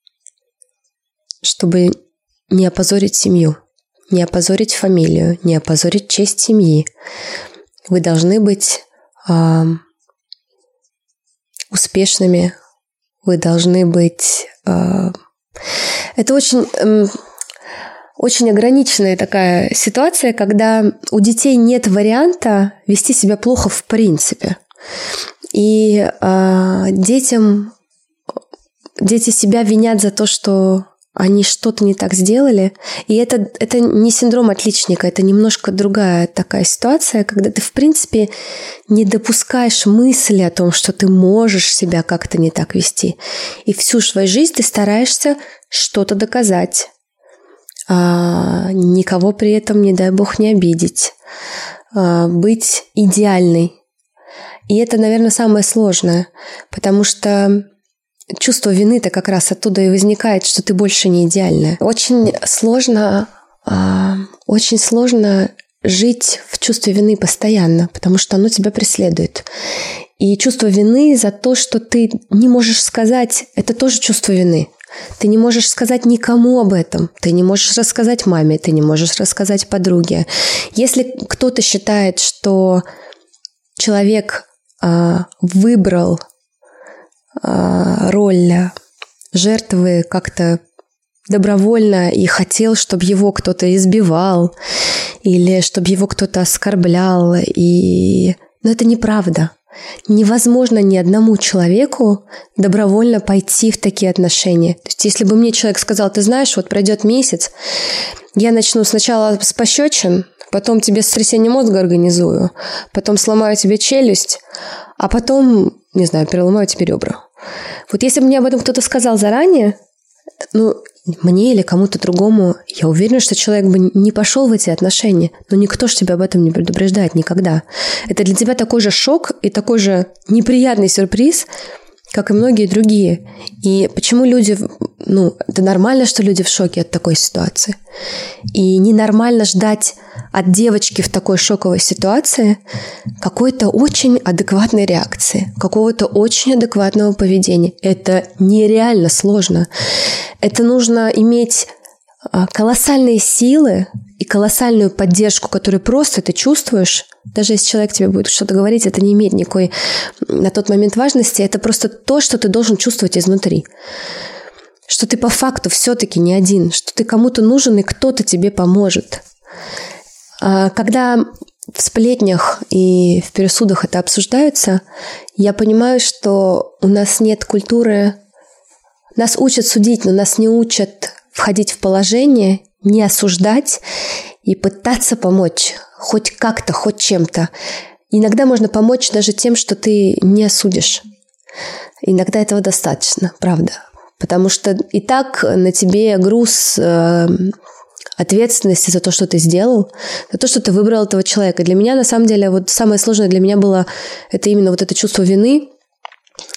чтобы не опозорить семью, не опозорить фамилию, не опозорить честь семьи. Вы должны быть успешными, вы должны быть... Это очень ограниченная такая ситуация, когда у детей нет варианта вести себя плохо в принципе. И дети себя винят за то, что они что-то не так сделали. И это не синдром отличника, это немножко другая такая ситуация, когда ты, в принципе, не допускаешь мысли о том, что ты можешь себя как-то не так вести. И всю свою жизнь ты стараешься что-то доказать. Никого при этом, не дай бог, не обидеть. Быть идеальной. И это, наверное, самое сложное, потому что чувство вины-то как раз оттуда и возникает, что ты больше не идеальная. Очень сложно жить в чувстве вины постоянно, потому что оно тебя преследует. И чувство вины за то, что ты не можешь сказать, это тоже чувство вины. Ты не можешь сказать никому об этом. Ты не можешь рассказать маме, ты не можешь рассказать подруге. Если кто-то считает, что человек выбрал роль жертвы как-то добровольно и хотел, чтобы его кто-то избивал или чтобы его кто-то оскорблял. Но это неправда. Невозможно ни одному человеку добровольно пойти в такие отношения. То есть, если бы мне человек сказал, ты знаешь, вот пройдет месяц, я начну сначала с пощечин, потом тебе сотрясение мозга организую, потом сломаю тебе челюсть, а потом, не знаю, переломаю тебе ребра. Вот если бы мне об этом кто-то сказал заранее, мне или кому-то другому, я уверена, что человек бы не пошел в эти отношения, но никто же тебя об этом не предупреждает никогда. Это для тебя такой же шок и такой же неприятный сюрприз, как и многие другие. И почему люди... это нормально, что люди в шоке от такой ситуации. И ненормально ждать от девочки в такой шоковой ситуации какой-то очень адекватной реакции, какого-то очень адекватного поведения. Это нереально сложно. Это нужно иметь колоссальные силы и колоссальную поддержку, которую просто ты чувствуешь. Даже если человек тебе будет что-то говорить, это не имеет никакой на тот момент важности. Это просто то, что ты должен чувствовать изнутри. Что ты по факту все-таки не один, что ты кому-то нужен, и кто-то тебе поможет. Когда в сплетнях и в пересудах это обсуждается, я понимаю, что у нас нет культуры. Нас учат судить, но нас не учат входить в положение, не осуждать и пытаться помочь хоть как-то, хоть чем-то. Иногда можно помочь даже тем, что ты не осудишь. Иногда этого достаточно, правда. Потому что и так на тебе груз ответственности за то, что ты сделал, за то, что ты выбрал этого человека. Для меня, на самом деле, вот самое сложное для меня было это именно вот это чувство вины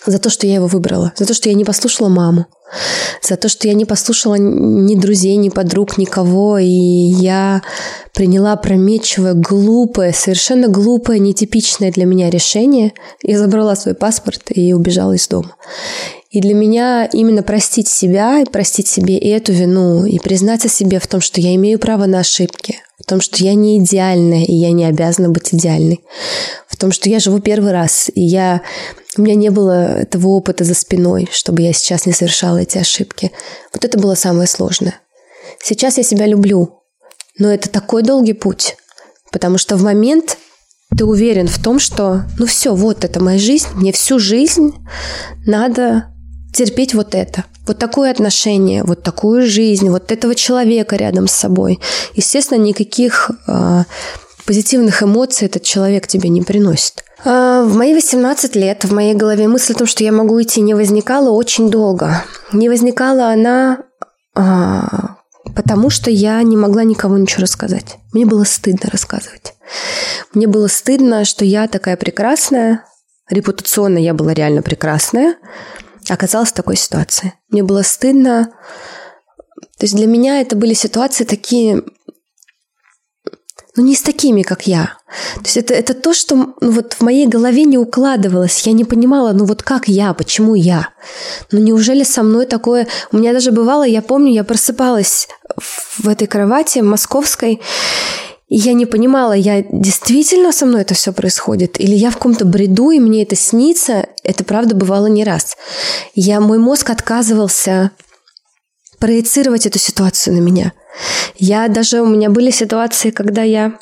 за то, что я его выбрала, за то, что я не послушала маму, за то, что я не послушала ни друзей, ни подруг, никого, и я приняла опрометчивое, глупое, совершенно глупое, нетипичное для меня решение. Я забрала свой паспорт и убежала из дома. И для меня именно простить себя, и простить себе и эту вину, и признаться себе в том, что я имею право на ошибки, в том, что я не идеальная, и я не обязана быть идеальной, в том, что я живу первый раз, и у меня не было этого опыта за спиной, чтобы я сейчас не совершала эти ошибки. Вот это было самое сложное. Сейчас я себя люблю, но это такой долгий путь, потому что в момент ты уверен в том, что ну все, вот это моя жизнь, мне всю жизнь надо терпеть вот это. Вот такое отношение, вот такую жизнь, вот этого человека рядом с собой. Естественно, никаких позитивных эмоций этот человек тебе не приносит. В мои 18 лет в моей голове мысль о том, что я могу уйти, не возникала очень долго. Не возникала она, потому что я не могла никому ничего рассказать. Мне было стыдно рассказывать. Мне было стыдно, что я такая прекрасная, репутационно я была реально прекрасная, оказалась в такой ситуации. Мне было стыдно. То есть для меня это были ситуации такие, не с такими, как я. То есть это то, что вот в моей голове не укладывалось. Я не понимала, как я, почему я? Неужели со мной такое? У меня даже бывало, я помню, я просыпалась в этой кровати московской, и я не понимала, я действительно со мной это все происходит? Или я в каком-то бреду, и мне это снится? Это правда бывало не раз. Мой мозг отказывался проецировать эту ситуацию на меня. У меня были ситуации, когда я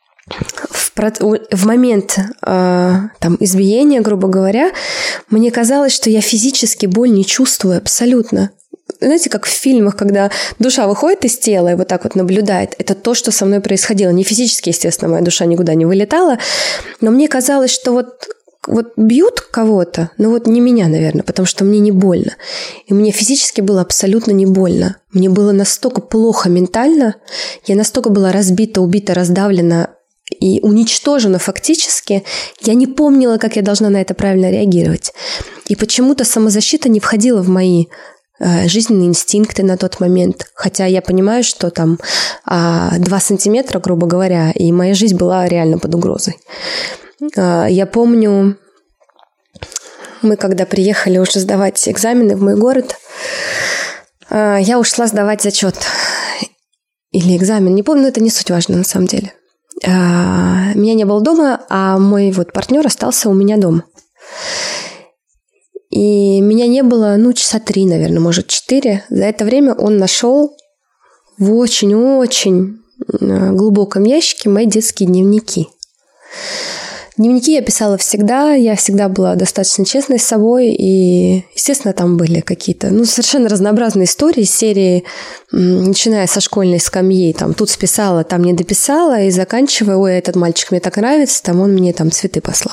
в момент избиения, грубо говоря, мне казалось, что я физически боль не чувствую абсолютно. Знаете, как в фильмах, когда душа выходит из тела и вот так вот наблюдает. Это то, что со мной происходило. Не физически, естественно, моя душа никуда не вылетала, но мне казалось, что вот бьют кого-то, но не меня, наверное, потому что мне не больно. И мне физически было абсолютно не больно. Мне было настолько плохо ментально, я настолько была разбита, убита, раздавлена и уничтожена фактически, я не помнила, как я должна на это правильно реагировать. И почему-то самозащита не входила в мои жизненные инстинкты на тот момент. Хотя я понимаю, что 2 сантиметра, грубо говоря, и моя жизнь была реально под угрозой. Я помню, мы когда приехали уже сдавать экзамены в мой город, я ушла сдавать зачет или экзамен, не помню, но это не суть важно на самом деле. Меня не было дома, а мой партнер остался у меня дома. И меня не было, часа 3, наверное, может, 4. За это время он нашел в очень-очень глубоком ящике мои детские дневники. Дневники я писала всегда, я всегда была достаточно честной с собой, и, естественно, там были какие-то, совершенно разнообразные истории из серии, начиная со школьной скамьи, тут списала, там не дописала, и заканчивая, ой, этот мальчик мне так нравится, он мне цветы послал.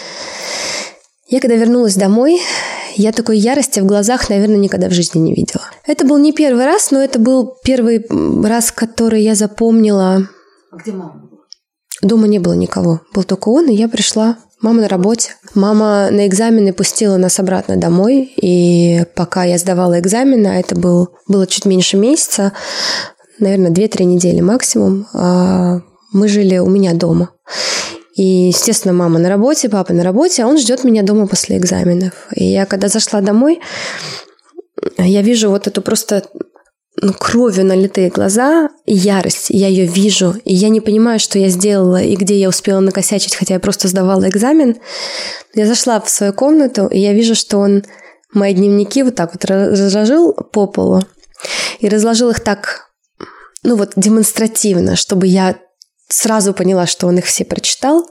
Я когда вернулась домой, я такой ярости в глазах, наверное, никогда в жизни не видела. Это был не первый раз, но это был первый раз, который я запомнила. А где мама была? Дома не было никого. Был только он, и я пришла. Мама на работе. Мама на экзамены пустила нас обратно домой. И пока я сдавала экзамены, а это было чуть меньше месяца, наверное, 2-3 недели максимум, мы жили у меня дома. И, естественно, мама на работе, папа на работе, а он ждет меня дома после экзаменов. И я, когда зашла домой, я вижу эту просто кровью налитые глаза, и ярость. Я ее вижу, и я не понимаю, что я сделала и где я успела накосячить, хотя я просто сдавала экзамен. Я зашла в свою комнату, и я вижу, что он мои дневники разложил по полу и разложил их так, демонстративно, чтобы я сразу поняла, что он их все прочитал.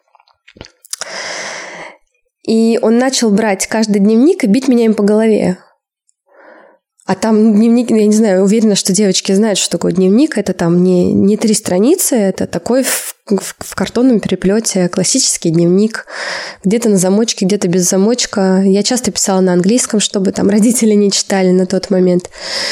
И он начал брать каждый дневник и бить меня им по голове. А там дневник, я не знаю, уверена, что девочки знают, что такое дневник. Это не 3 страницы, это такой в картонном переплете классический дневник. Где-то на замочке, где-то без замочка. Я часто писала на английском, чтобы родители не читали на тот момент.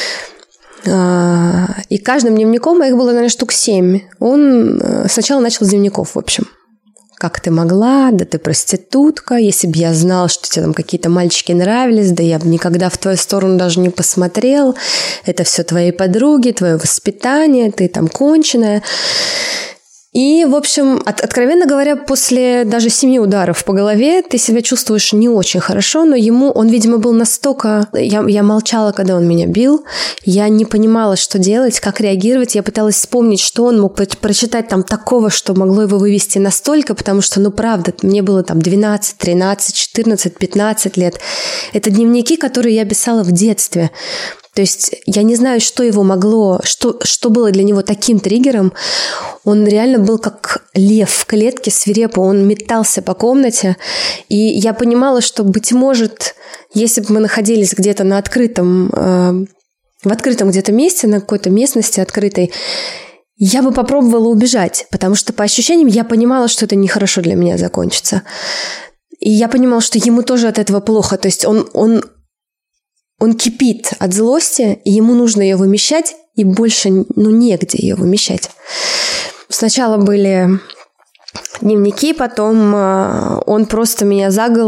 И каждым дневником, их было, наверное, штук 7. Он сначала начал с дневников, в общем. как ты могла, да ты проститутка, если бы я знал, что тебе там какие-то мальчики нравились, да я бы никогда в твою сторону даже не посмотрел, это все твои подруги, твое воспитание, ты там конченая. И, в общем, откровенно говоря, после даже 7 ударов по голове ты себя чувствуешь не очень хорошо, но он, видимо, был настолько... Я молчала, когда он меня бил, я не понимала, что делать, как реагировать, я пыталась вспомнить, что он мог прочитать там такого, что могло его вывести настолько, потому что, правда, мне было там 12, 13, 14, 15 лет. Это дневники, которые я писала в детстве. То есть я не знаю, что его могло, что было для него таким триггером. Он реально был как лев в клетке, свирепо, он метался по комнате. И я понимала, что, быть может, если бы мы находились где-то на в открытом где-то месте, на какой-то местности открытой, я бы попробовала убежать, потому что по ощущениям я понимала, что это нехорошо для меня закончится. И я понимала, что ему тоже от этого плохо. То есть он кипит от злости, и ему нужно ее вымещать, и больше негде ее вымещать. Сначала были дневники, потом он просто меня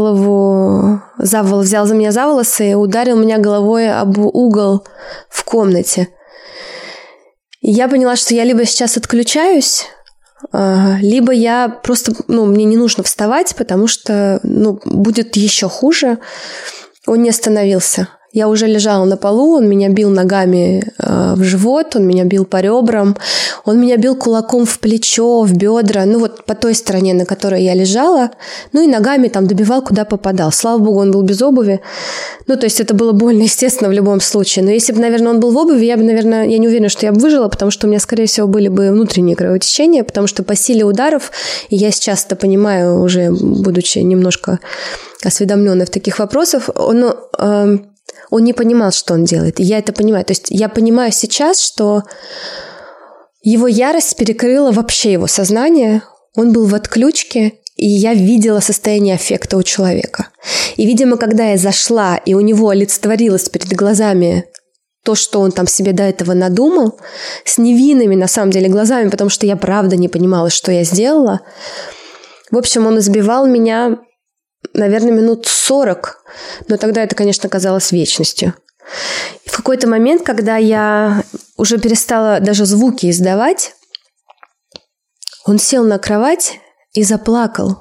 взял меня за волосы и ударил меня головой об угол в комнате. И я поняла, что я либо сейчас отключаюсь, либо я просто, мне не нужно вставать, потому что, будет еще хуже. Он не остановился. Я уже лежала на полу, он меня бил ногами в живот, он меня бил по ребрам, он меня бил кулаком в плечо, в бедра, по той стороне, на которой я лежала, и ногами там добивал, куда попадал. Слава богу, он был без обуви. То есть это было больно, естественно, в любом случае. Но если бы, наверное, он был в обуви, я не уверена, что я бы выжила, потому что у меня, скорее всего, были бы внутренние кровотечения, потому что по силе ударов, и я сейчас это понимаю, уже будучи немножко осведомленной в таких вопросах, он не понимал, что он делает. И я это понимаю. То есть я понимаю сейчас, что его ярость перекрыла вообще его сознание. Он был в отключке, и я видела состояние аффекта у человека. И, видимо, когда я зашла, и у него олицетворилось перед глазами то, что он там себе до этого надумал, с невинными, на самом деле, глазами, потому что я правда не понимала, что я сделала. В общем, он избивал меня, наверное, минут 40, но тогда это, конечно, казалось вечностью. И в какой-то момент, когда я уже перестала даже звуки издавать, он сел на кровать и заплакал.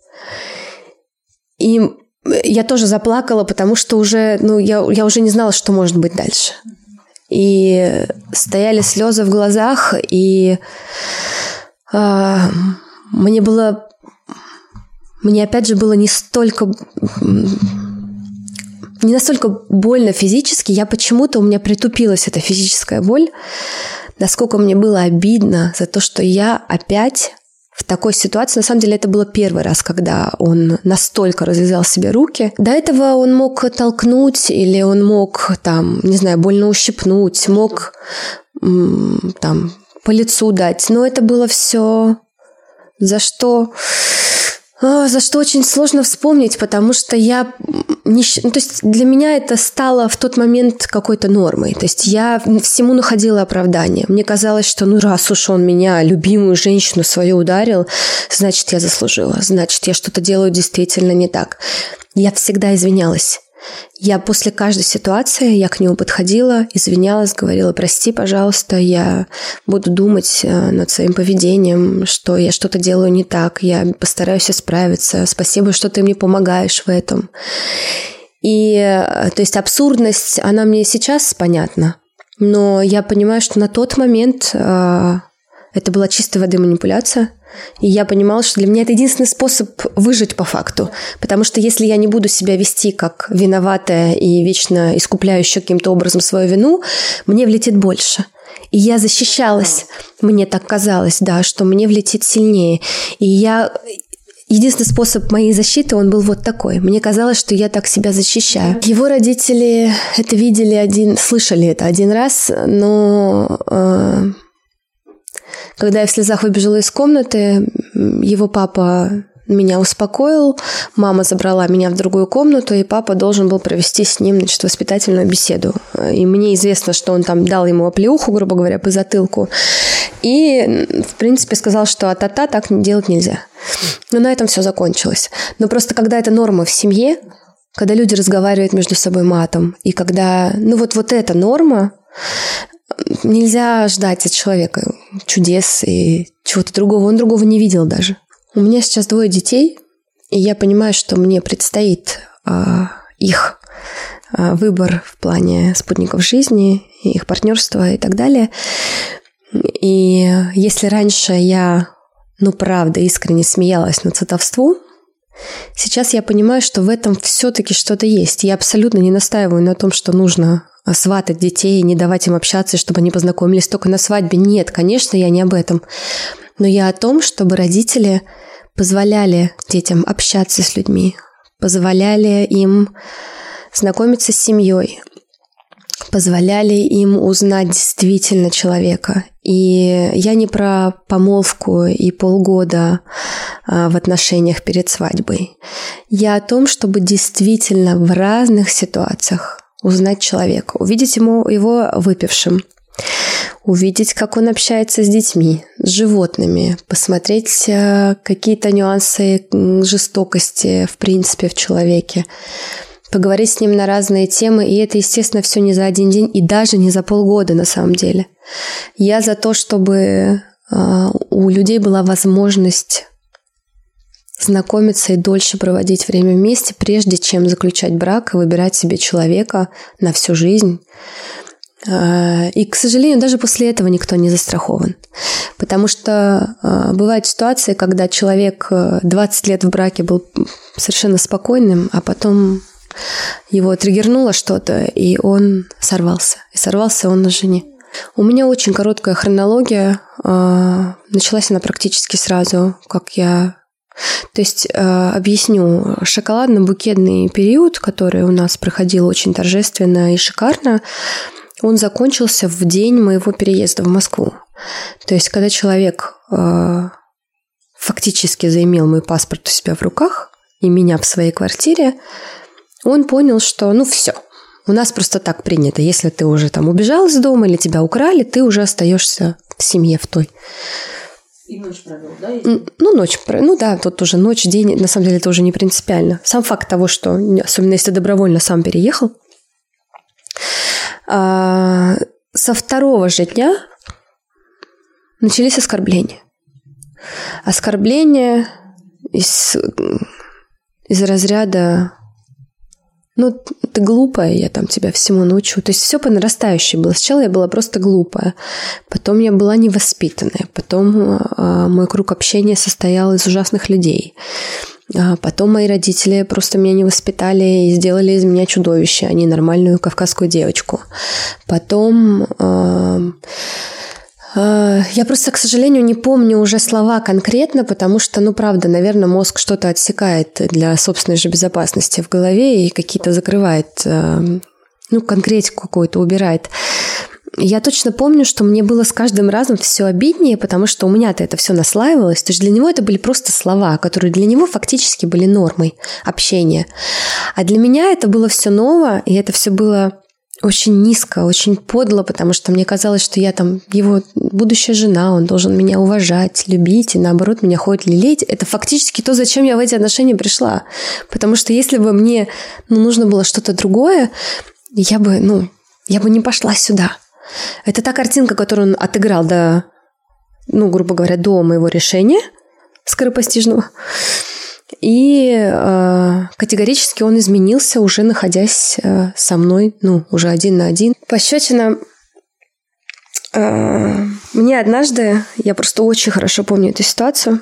И я тоже заплакала, потому что уже, я уже не знала, что может быть дальше. И стояли слезы в глазах, и мне опять же было не настолько больно физически, у меня притупилась эта физическая боль, насколько мне было обидно за то, что я опять в такой ситуации. На самом деле это было первый раз, когда он настолько развязал себе руки. До этого он мог толкнуть, или он мог, больно ущипнуть, мог по лицу дать. Но это было все за что очень сложно вспомнить, потому что то есть для меня это стало в тот момент какой-то нормой. То есть я всему находила оправдание. Мне казалось, что раз уж он меня, любимую женщину свою, ударил, значит, я заслужила, значит, я что-то делаю действительно не так. Я всегда извинялась. Я после каждой ситуации, я к нему подходила, извинялась, говорила: прости, пожалуйста, я буду думать над своим поведением, что я что-то делаю не так, я постараюсь исправиться, спасибо, что ты мне помогаешь в этом. И, то есть, абсурдность, она мне сейчас понятна, но я понимаю, что на тот момент это была чистой воды манипуляция. И я понимала, что для меня это единственный способ выжить по факту. Потому что если я не буду себя вести как виноватая и вечно искупляющая каким-то образом свою вину, мне влетит больше. И я защищалась. Мне так казалось, да, что мне влетит сильнее. И единственный способ моей защиты, он был вот такой. Мне казалось, что я так себя защищаю. Его родители это видели слышали это один раз, но когда я в слезах выбежала из комнаты, его папа меня успокоил, мама забрала меня в другую комнату, и папа должен был провести с ним, воспитательную беседу. И мне известно, что он там дал ему оплеуху, грубо говоря, по затылку, и, в принципе, сказал, что так делать нельзя. Но на этом все закончилось. Но просто когда это норма в семье, когда люди разговаривают между собой матом, и когда, вот эта норма, нельзя ждать от человека чудес и чего-то другого. Он другого не видел даже. У меня сейчас 2 детей, и я понимаю, что мне предстоит их выбор в плане спутников жизни, их партнерства и так далее. И если раньше я, правда, искренне смеялась над сватовством, сейчас я понимаю, что в этом все-таки что-то есть. Я абсолютно не настаиваю на том, что нужно сватать детей, не давать им общаться, чтобы они познакомились только на свадьбе. Нет, конечно, я не об этом. Но я о том, чтобы родители позволяли детям общаться с людьми, позволяли им знакомиться с семьей, позволяли им узнать действительно человека. И я не про помолвку и полгода в отношениях перед свадьбой. Я о том, чтобы действительно в разных ситуациях узнать человека, увидеть его выпившим, увидеть, как он общается с детьми, с животными, посмотреть какие-то нюансы жестокости, в принципе, в человеке, поговорить с ним на разные темы, и это, естественно, все не за один день и даже не за полгода на самом деле. Я за то, чтобы у людей была возможность знакомиться и дольше проводить время вместе, прежде чем заключать брак и выбирать себе человека на всю жизнь. И, к сожалению, даже после этого никто не застрахован. Потому что бывают ситуации, когда человек 20 лет в браке был совершенно спокойным, а потом его триггернуло что-то, и он сорвался. И сорвался он на жене. У меня очень короткая хронология. Началась она практически сразу, как я... То есть, объясню, шоколадно-букетный период, который у нас проходил очень торжественно и шикарно, он закончился в день моего переезда в Москву. То есть, когда человек фактически заимел мой паспорт у себя в руках и меня в своей квартире, он понял, что все, у нас просто так принято. Если ты уже там убежал из дома или тебя украли, ты уже остаешься в семье в той. И ночь провел, да? Ночь. Да, тут уже ночь, день, на самом деле это уже не принципиально. Сам факт того, что, особенно если добровольно сам переехал, со 2-го же дня начались оскорбления. Оскорбления из разряда ты глупая, я там тебя всему научу. То есть все по нарастающей было. Сначала я была просто глупая, потом я была невоспитанная, потом мой круг общения состоял из ужасных людей. Потом мои родители просто меня не воспитали и сделали из меня чудовище, а не нормальную кавказскую девочку. Потом... Я просто, к сожалению, не помню уже слова конкретно, потому что, правда, наверное, мозг что-то отсекает для собственной же безопасности в голове и какие-то закрывает, конкретику какую-то убирает. Я точно помню, что мне было с каждым разом все обиднее, потому что у меня-то это все наслаивалось. То есть для него это были просто слова, которые для него фактически были нормой общения. А для меня это было все ново, и это все было... очень низко, очень подло, потому что мне казалось, что я там его будущая жена, он должен меня уважать, любить, и наоборот меня ходит лелеять. Это фактически то, зачем я в эти отношения пришла. Потому что если бы мне нужно было что-то другое, я бы не пошла сюда. Это та картинка, которую он отыграл грубо говоря, до моего решения скоропостижного. И категорически он изменился, уже находясь со мной, уже 1 на 1. Пощечина мне однажды, я просто очень хорошо помню эту ситуацию,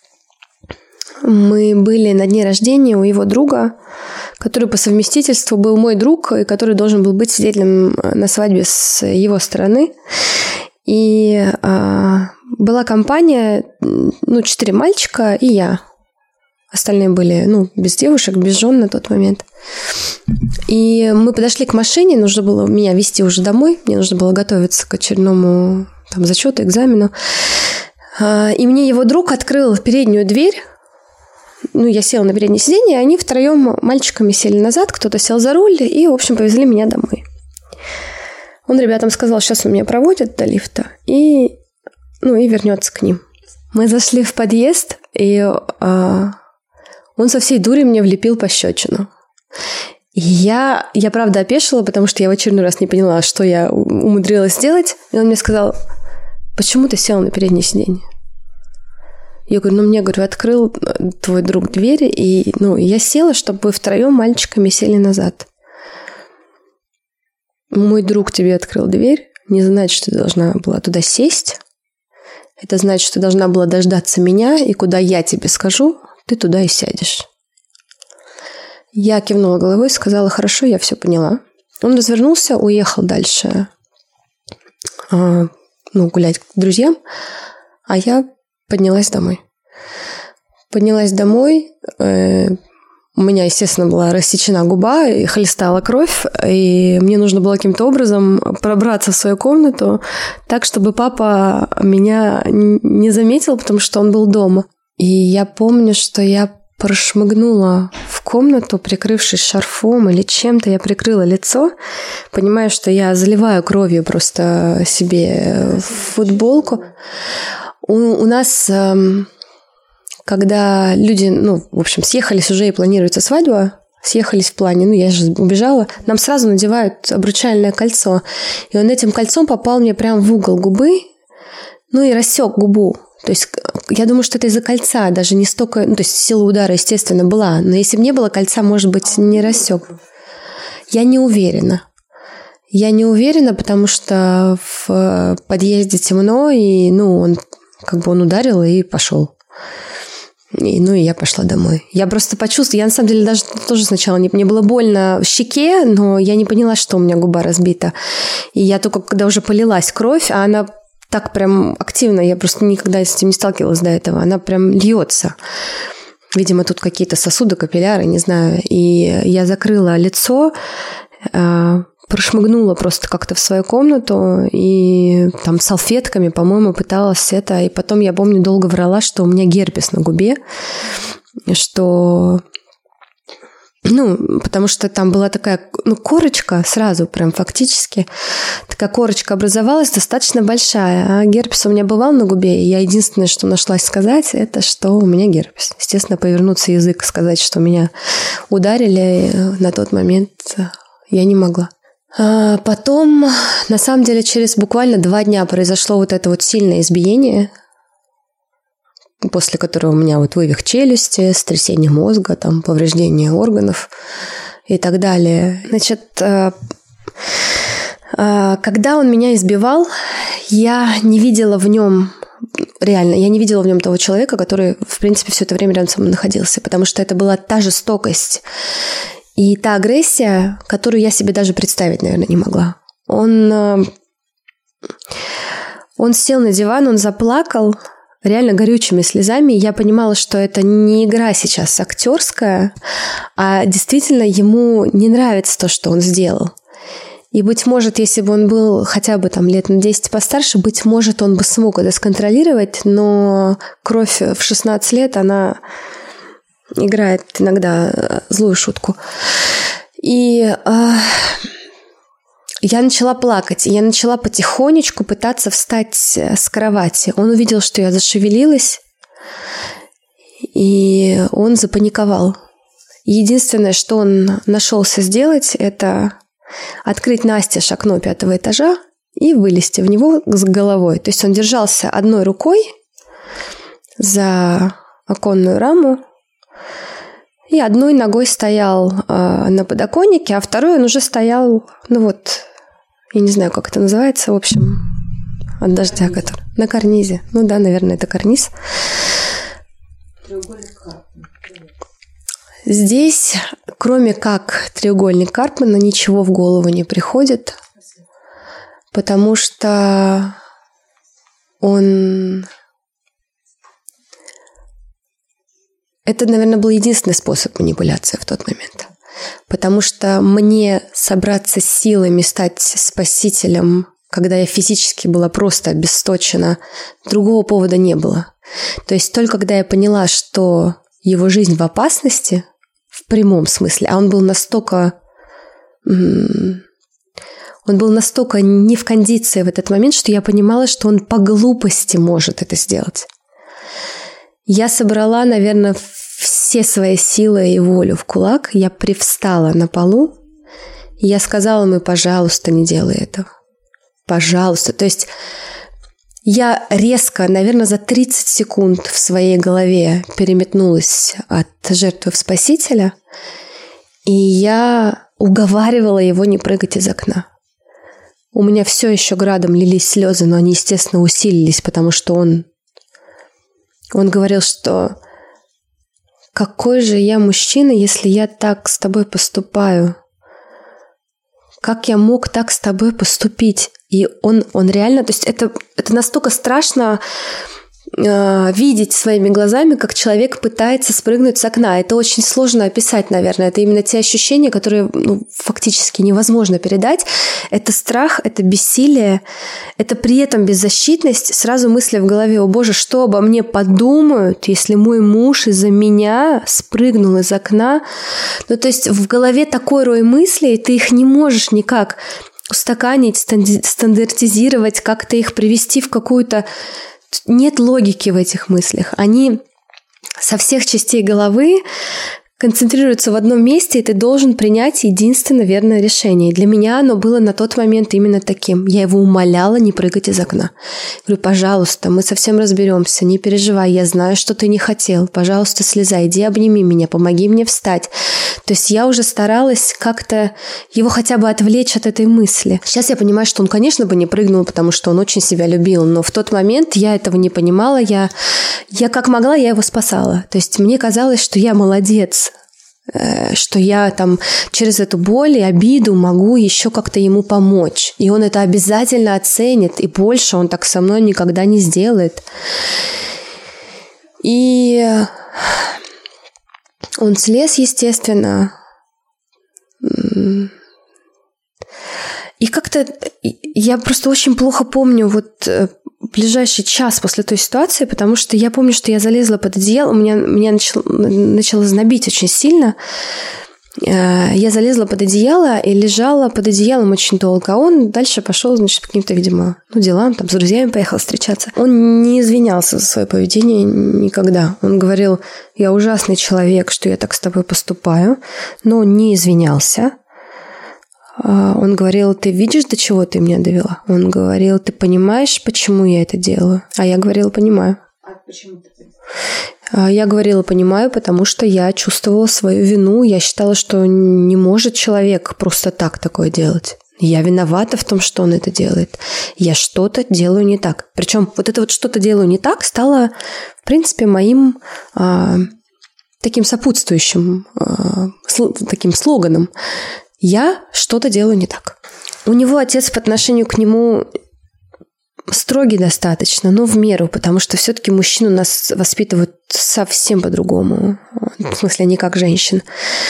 мы были на дне рождения у его друга, который по совместительству был мой друг, и который должен был быть свидетелем на свадьбе с его стороны. И была компания, 4 мальчика и я. Остальные были, без девушек, без жен на тот момент. И мы подошли к машине, нужно было меня везти уже домой, мне нужно было готовиться к очередному зачету, экзамену. И мне его друг открыл переднюю дверь. Я села на переднее сиденье, и они втроем мальчиками сели назад, кто-то сел за руль, и, в общем, повезли меня домой. Он ребятам сказал, сейчас он меня проводит до лифта, и вернется к ним. Мы зашли в подъезд, и он со всей дури мне влепил пощечину. И я правда опешила, потому что я в очередной раз не поняла, что я умудрилась сделать. И он мне сказал: почему ты села на переднее сиденье? Я говорю: мне, открыл твой друг дверь, и я села, чтобы вы втроем мальчиками сели назад. Мой друг тебе открыл дверь, не значит, что ты должна была туда сесть. Это значит, что ты должна была дождаться меня, и куда я тебе скажу, ты туда и сядешь. Я кивнула головой и сказала: хорошо, я все поняла. Он развернулся, уехал дальше гулять к друзьям, а я поднялась домой. У меня, естественно, была рассечена губа и хлестала кровь, и мне нужно было каким-то образом пробраться в свою комнату так, чтобы папа меня не заметил, потому что он был дома. И я помню, что я прошмыгнула в комнату, прикрывшись шарфом или чем-то, я прикрыла лицо, понимая, что я заливаю кровью просто себе в футболку. У нас, когда люди, съехались уже и планируется свадьба, съехались в плане, я же убежала, нам сразу надевают обручальное кольцо. И он этим кольцом попал мне прямо в угол губы, и рассек губу. То есть я думаю, что это из-за кольца, даже не столько... то есть сила удара, естественно, была. Но если бы не было кольца, может быть, не рассек. Я не уверена. Потому что в подъезде темно, и, он ударил и пошел. И я пошла домой. Я просто почувствовала... Я, на самом деле, даже тоже сначала... Мне было больно в щеке, но я не поняла, что у меня губа разбита. И я только, когда уже полилась кровь, а она... так прям активно, я просто никогда с этим не сталкивалась до этого, она прям льется. Видимо, тут какие-то сосуды, капилляры, не знаю. И я закрыла лицо, прошмыгнула просто как-то в свою комнату и там салфетками, по-моему, пыталась это. И потом, я помню, долго врала, что у меня герпес на губе, что... потому что там была такая, корочка сразу прям фактически. Такая корочка образовалась достаточно большая. А герпес у меня бывал на губе, и я единственное, что нашлась сказать, это что у меня герпес. Естественно, повернуться язык, сказать, что меня ударили на тот момент я не могла. А потом, на самом деле, через буквально 2 дня произошло вот это вот сильное избиение, после которого у меня вывих челюсти, сотрясение мозга, повреждение органов и так далее. Значит, когда он меня избивал, я не видела в нем того человека, который, в принципе, все это время рядом со мной находился, потому что это была та жестокость и та агрессия, которую я себе даже представить, наверное, не могла. Он сел на диван, он заплакал, реально горючими слезами. Я понимала, что это не игра сейчас актерская, а действительно ему не нравится то, что он сделал. И, быть может, если бы он был хотя бы лет на 10 постарше, быть может, он бы смог это сконтролировать, но кровь в 16 лет, она играет иногда злую шутку. И... я начала плакать, и я начала потихонечку пытаться встать с кровати. Он увидел, что я зашевелилась, и он запаниковал. Единственное, что он нашелся сделать, это открыть настежь окно 5-го этажа и вылезти в него с головой. То есть он держался одной рукой за оконную раму, и одной ногой стоял на подоконнике, а второй он уже стоял, я не знаю, как это называется, в общем, от дождя, который на карнизе. Наверное, это карниз. Треугольник Карпмана. Здесь, кроме как треугольник Карпмана, ничего в голову не приходит, потому что он... Это, наверное, был единственный способ манипуляции в тот момент. Потому что мне собраться с силами, стать спасителем, когда я физически была просто обесточена, другого повода не было. То есть только когда я поняла, что его жизнь в опасности, в прямом смысле, а он был настолько не в кондиции в этот момент, что я понимала, что он по глупости может это сделать. Я собрала, наверное, все свои силы и волю в кулак. Я привстала на полу. И я сказала ему: пожалуйста, не делай этого. Пожалуйста. То есть я резко, наверное, за 30 секунд в своей голове переметнулась от жертвы в спасителя. И я уговаривала его не прыгать из окна. У меня все еще градом лились слезы, но они, естественно, усилились, потому что он говорил, что какой же я мужчина, если я так с тобой поступаю? Как я мог так с тобой поступить? И он реально... То есть это настолько страшно видеть своими глазами, как человек пытается спрыгнуть с окна. Это очень сложно описать, наверное. Это именно те ощущения, которые фактически невозможно передать. Это страх, это бессилие, это при этом беззащитность. Сразу мысли в голове: о боже, что обо мне подумают, если мой муж из-за меня спрыгнул из окна? Ну, то есть в голове такой рой мыслей, ты их не можешь никак устаканить, стандартизировать, как-то их привести в какую-то... Нет логики в этих мыслях. Они со всех частей головы концентрируются в одном месте, и ты должен принять единственно верное решение. И для меня оно было на тот момент именно таким. Я его умоляла не прыгать из окна. Говорю: пожалуйста, мы совсем разберемся, не переживай, я знаю, что ты не хотел. Пожалуйста, слезай, иди обними меня, помоги мне встать. То есть я уже старалась как-то его хотя бы отвлечь от этой мысли. Сейчас я понимаю, что он, конечно, бы не прыгнул, потому что он очень себя любил, но в тот момент я этого не понимала. Я как могла, я его спасала. То есть мне казалось, что я молодец, что я там через эту боль и обиду могу еще как-то ему помочь. И он это обязательно оценит, и больше он так со мной никогда не сделает. И он слез, естественно. И как-то я просто очень плохо помню ближайший час после той ситуации, потому что я помню, что я залезла под одеяло, меня начало знобить очень сильно. Я залезла под одеяло и лежала под одеялом очень долго. А он дальше пошел, значит, по каким-то, видимо, делам, там с друзьями поехал встречаться. Он не извинялся за свое поведение никогда. Он говорил: я ужасный человек, что я так с тобой поступаю, но он не извинялся. Он говорил: ты видишь, до чего ты меня довела? Он говорил: ты понимаешь, почему я это делаю? А я говорила: понимаю. А почему ты? Я говорила: понимаю, потому что я чувствовала свою вину. Я считала, что не может человек просто так такое делать. Я виновата в том, что он это делает. Я что-то делаю не так. Причем это что-то делаю не так стало, в принципе, моим таким сопутствующим, таким слоганом. Я что-то делаю не так. У него отец по отношению к нему строгий достаточно, но в меру, потому что все-таки мужчин у нас воспитывают совсем по-другому. В смысле, не как женщин.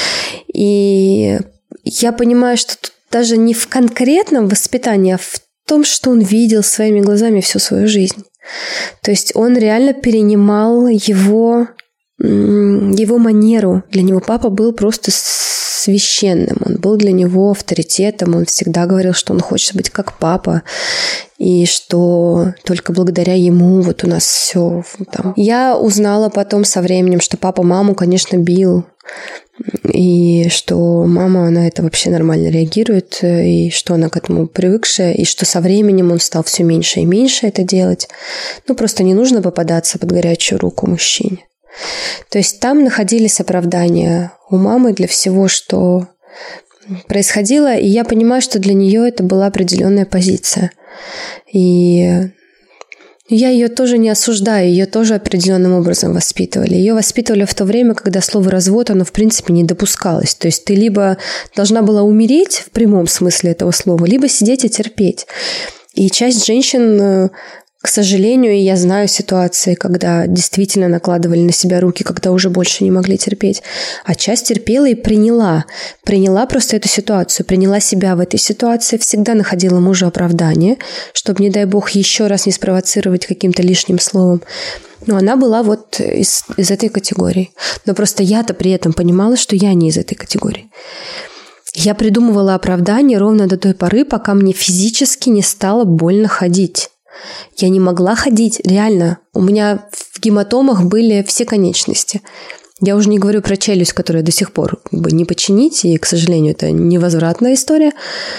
И я понимаю, что тут даже не в конкретном воспитании, а в том, что он видел своими глазами всю свою жизнь. То есть он реально перенимал его манеру. Для него папа был просто священным. Он был для него авторитетом. Он всегда говорил, что он хочет быть как папа. И что только благодаря ему у нас все там. Я узнала потом со временем, что папа маму, конечно, бил. И что мама на это вообще нормально реагирует. И что она к этому привыкшая. И что со временем он стал все меньше и меньше это делать. Просто не нужно попадаться под горячую руку мужчине. То есть там находились оправдания у мамы для всего, что происходило, и я понимаю, что для нее это была определенная позиция. И я ее тоже не осуждаю, ее тоже определенным образом воспитывали. Ее воспитывали в то время, когда слово «развод», оно в принципе не допускалось. То есть ты либо должна была умереть в прямом смысле этого слова, либо сидеть и терпеть. И часть женщин... К сожалению, я знаю ситуации, когда действительно накладывали на себя руки, когда уже больше не могли терпеть. А часть терпела и приняла. Приняла просто эту ситуацию, приняла себя в этой ситуации, всегда находила мужу оправдание, чтобы, не дай бог, еще раз не спровоцировать каким-то лишним словом. Но она была из этой категории. Но просто я-то при этом понимала, что я не из этой категории. Я придумывала оправдание ровно до той поры, пока мне физически не стало больно ходить. Я не могла ходить, реально. У меня в гематомах были все конечности. Я уже не говорю про челюсть, которую до сих пор не починить, и, к сожалению, это невозвратная история.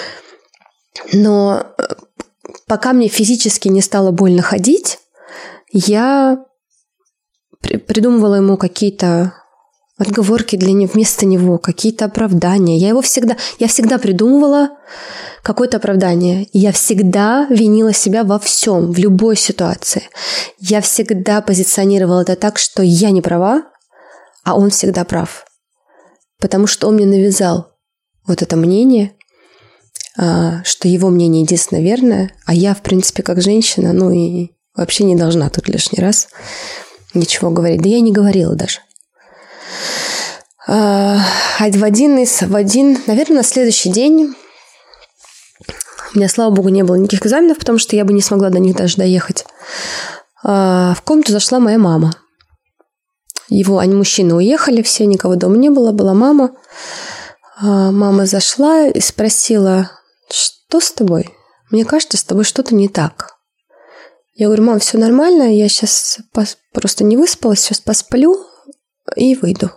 Но пока мне физически не стало больно ходить, я придумывала ему какие-то отговорки вместо него, какие-то оправдания. Я всегда придумывала какое-то оправдание. И я всегда винила себя во всем, в любой ситуации. Я всегда позиционировала это так, что я не права, а он всегда прав. Потому что он мне навязал вот это мнение, что его мнение единственно верное, а я, в принципе, как женщина, и вообще не должна тут лишний раз ничего говорить. Да я и не говорила даже. Наверное, на следующий день у меня, слава богу, не было никаких экзаменов, потому что я бы не смогла до них даже доехать. В комнату зашла моя мама. Мужчины уехали, все, никого дома не было, была мама. Мама зашла и спросила: что с тобой? Мне кажется, с тобой что-то не так. Я говорю: мам, все нормально, я сейчас просто не выспалась, сейчас посплю и выйду.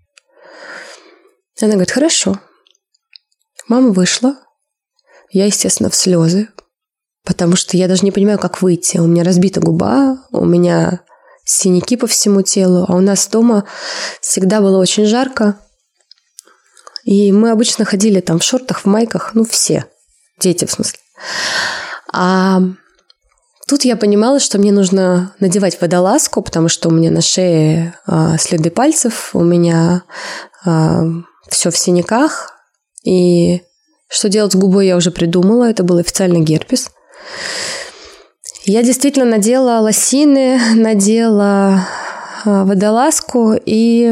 Она говорит: хорошо. Мама вышла. Я, естественно, в слезы, потому что я даже не понимаю, как выйти. У меня разбита губа, у меня синяки по всему телу, а у нас дома всегда было очень жарко. И мы обычно ходили там в шортах, в майках, все, дети в смысле. А тут я понимала, что мне нужно надевать водолазку, потому что у меня на шее следы пальцев, у меня все в синяках. И что делать с губой, я уже придумала. Это был официальный герпес. Я действительно надела лосины, надела водолазку и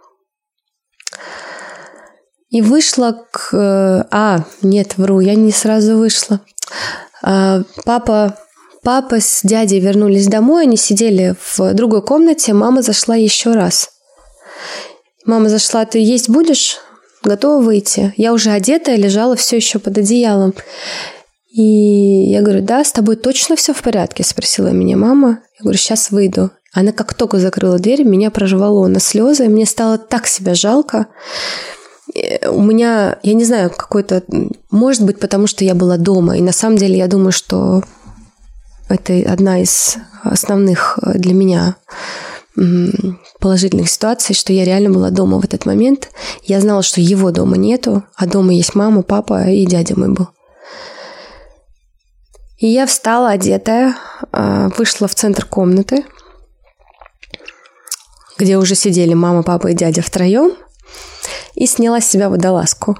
вышла нет, вру, я не сразу вышла. Папа с дядей вернулись домой, они сидели в другой комнате, мама зашла еще раз. Мама зашла: ты есть будешь? Готова выйти? Я уже одетая, лежала все еще под одеялом. И я говорю: да, с тобой точно все в порядке? Спросила меня мама. Я говорю: сейчас выйду. Она как только закрыла дверь, меня прорвало на слезы, мне стало так себя жалко. У меня, я не знаю, какой-то... Может быть, потому что я была дома. И на самом деле я думаю, что это одна из основных для меня положительных ситуаций, что я реально была дома в этот момент. Я знала, что его дома нету, а дома есть мама, папа и дядя мой был. И я встала одетая, вышла в центр комнаты, где уже сидели мама, папа и дядя втроем, и сняла с себя водолазку.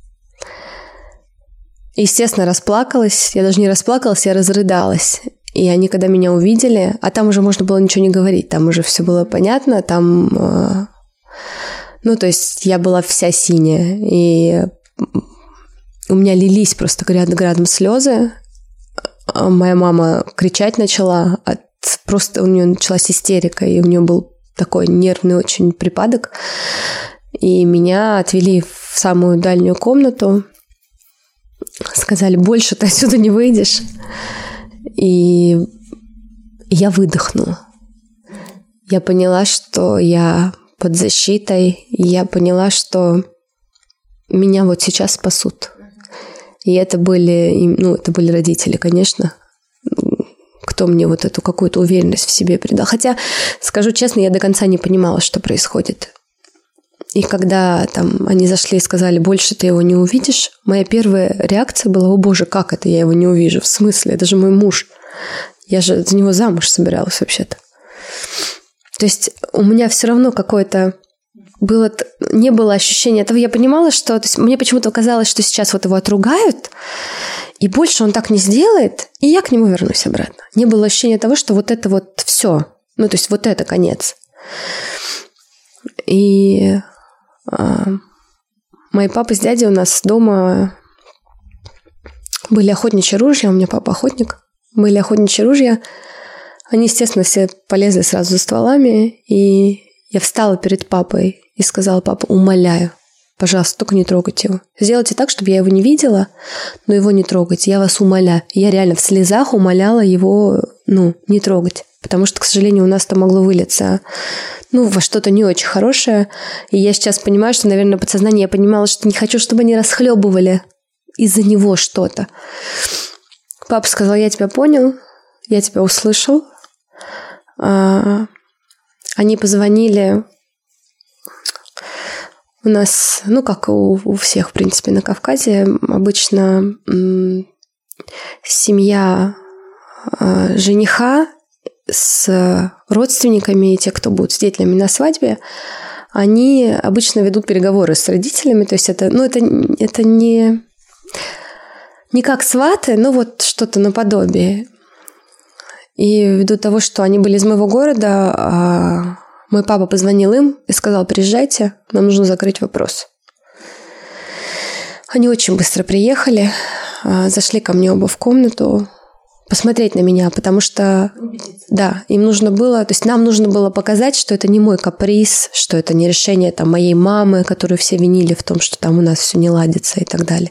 Естественно, расплакалась. Я даже не расплакалась, я разрыдалась. И они, когда меня увидели, а там уже можно было ничего не говорить, там уже все было понятно, там... то есть я была вся синяя, и у меня лились просто градом слезы. Моя мама кричать начала, просто у нее началась истерика, и у нее был такой нервный очень припадок. И меня отвели в самую дальнюю комнату, сказали: больше ты отсюда не выйдешь. И я выдохнула. Я поняла, что я под защитой. Я поняла, что меня вот сейчас спасут. И это были родители, конечно, кто мне вот эту какую-то уверенность в себе придал. Хотя, скажу честно, я до конца не понимала, что происходит. И когда там они зашли и сказали: больше ты его не увидишь, моя первая реакция была: о боже, как это я его не увижу? В смысле? Это же мой муж. Я же за него замуж собиралась вообще-то. То есть у меня все равно какое-то не было ощущения этого. Я понимала, что... То есть мне почему-то казалось, что сейчас вот его отругают, и больше он так не сделает, и я к нему вернусь обратно. Не было ощущения того, что вот это вот все. То есть вот это конец. И мои папа с дядей у нас дома были охотничьи ружья, у меня папа охотник, были охотничьи ружья. Они, естественно, все полезли сразу за стволами, и я встала перед папой и сказала: папа, умоляю, пожалуйста, только не трогайте его. Сделайте так, чтобы я его не видела, но его не трогайте, я вас умоляю. Я реально в слезах умоляла его, не трогать. потому что, к сожалению, у нас это могло вылиться, во что-то не очень хорошее. И я сейчас понимаю, что, наверное, подсознание я понимала, что не хочу, чтобы они расхлебывали из-за него что-то. Папа сказал: я тебя понял, я тебя услышал. Они позвонили. У нас, как у всех, в принципе, на Кавказе, обычно семья жениха с родственниками и те, кто будут свидетелями на свадьбе, они обычно ведут переговоры с родителями. То есть это не как сваты, но вот что-то наподобие. И ввиду того, что они были из моего города, мой папа позвонил им и сказал: приезжайте, нам нужно закрыть вопрос. Они очень быстро приехали, зашли ко мне оба в комнату посмотреть на меня, потому что, да, им нужно было, то есть нам нужно было показать, что это не мой каприз, что это не решение моей мамы, которую все винили в том, что там у нас все не ладится и так далее.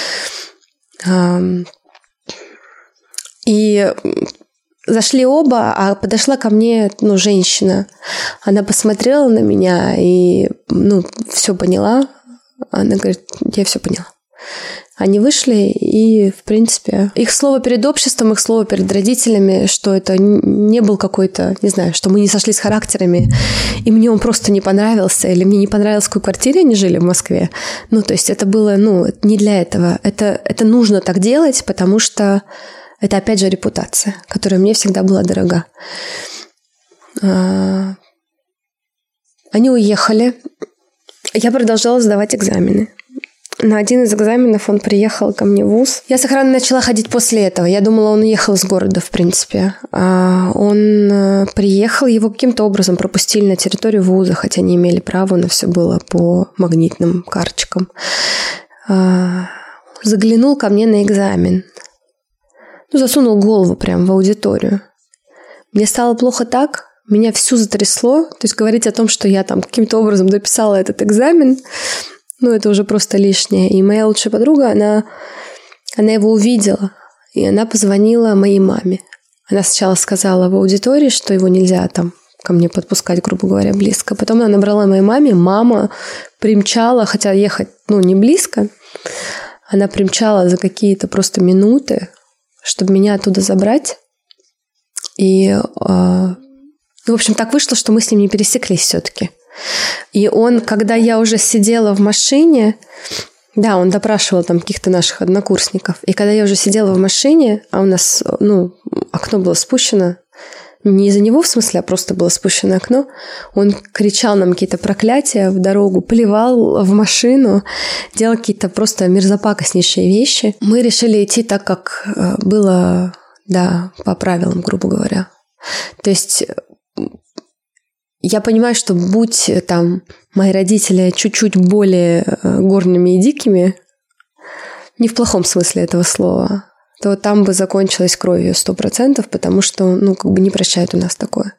И зашли оба, а подошла ко мне, женщина. Она посмотрела на меня и, все поняла. Она говорит: я все поняла. Они вышли, и, в принципе, их слово перед обществом, их слово перед родителями, что это не был какой-то, не знаю, что мы не сошлись характерами, и мне он просто не понравился, или мне не понравилось, в какой квартире они жили в Москве. То есть это было, не для этого. Это нужно так делать, потому что это, опять же, репутация, которая мне всегда была дорога. Они уехали. Я продолжала сдавать экзамены. На один из экзаменов он приехал ко мне в вуз. Я с охраной начала ходить после этого. Я думала, он уехал из города, в принципе. Он приехал, его каким-то образом пропустили на территорию вуза, хотя не имели права, но все было по магнитным карточкам. Заглянул ко мне на экзамен. Засунул голову прям в аудиторию. Мне стало плохо так, меня всю затрясло. То есть говорить о том, что я каким-то образом дописала этот экзамен, это уже просто лишнее. И моя лучшая подруга, она его увидела, и она позвонила моей маме. Она сначала сказала в аудитории, что его нельзя ко мне подпускать, грубо говоря, близко. Потом она набрала моей маме, мама примчала, хотя ехать, не близко, она примчала за какие-то просто минуты, чтобы меня оттуда забрать. И, в общем, так вышло, что мы с ним не пересеклись все-таки. И он, когда я уже сидела в машине, да, он допрашивал каких-то наших однокурсников, и когда я уже сидела в машине, а у нас, окно было спущено, не из-за него, в смысле, а просто было спущено окно, он кричал нам какие-то проклятия в дорогу, плевал в машину, делал какие-то просто мерзопакостнейшие вещи. Мы решили идти так, как было, да, по правилам, грубо говоря. То есть я понимаю, что будь мои родители чуть-чуть более горными и дикими, не в плохом смысле этого слова, то там бы закончилось кровью 100%, потому что, не прощают у нас такое.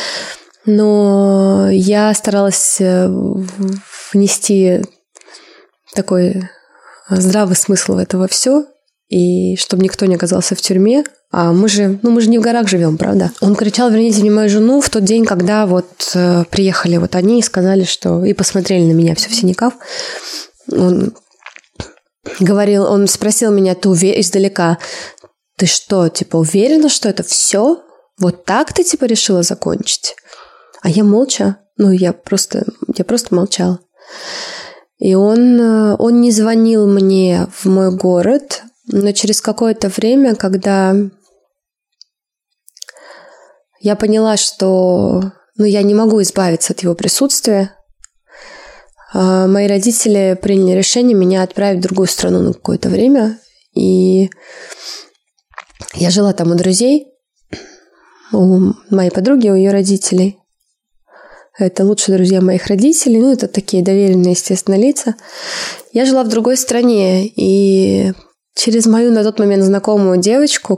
Но я старалась внести такой здравый смысл в это во все, и чтобы никто не оказался в тюрьме. А мы же не в горах живем, правда? Он кричал: верните мне мою жену, в тот день, когда приехали они и сказали, что... И посмотрели на меня все в синяках. Он спросил меня издалека: ты что, уверена, что это все? Вот так ты, решила закончить? А я молча. Я просто молчала. И он не звонил мне в мой город, но через какое-то время, когда я поняла, что я не могу избавиться от его присутствия, мои родители приняли решение меня отправить в другую страну на какое-то время. И я жила там у друзей, у моей подруги, у ее родителей. Это лучшие друзья моих родителей. Это такие доверенные, естественно, лица. Я жила в другой стране, и через мою на тот момент знакомую девочку,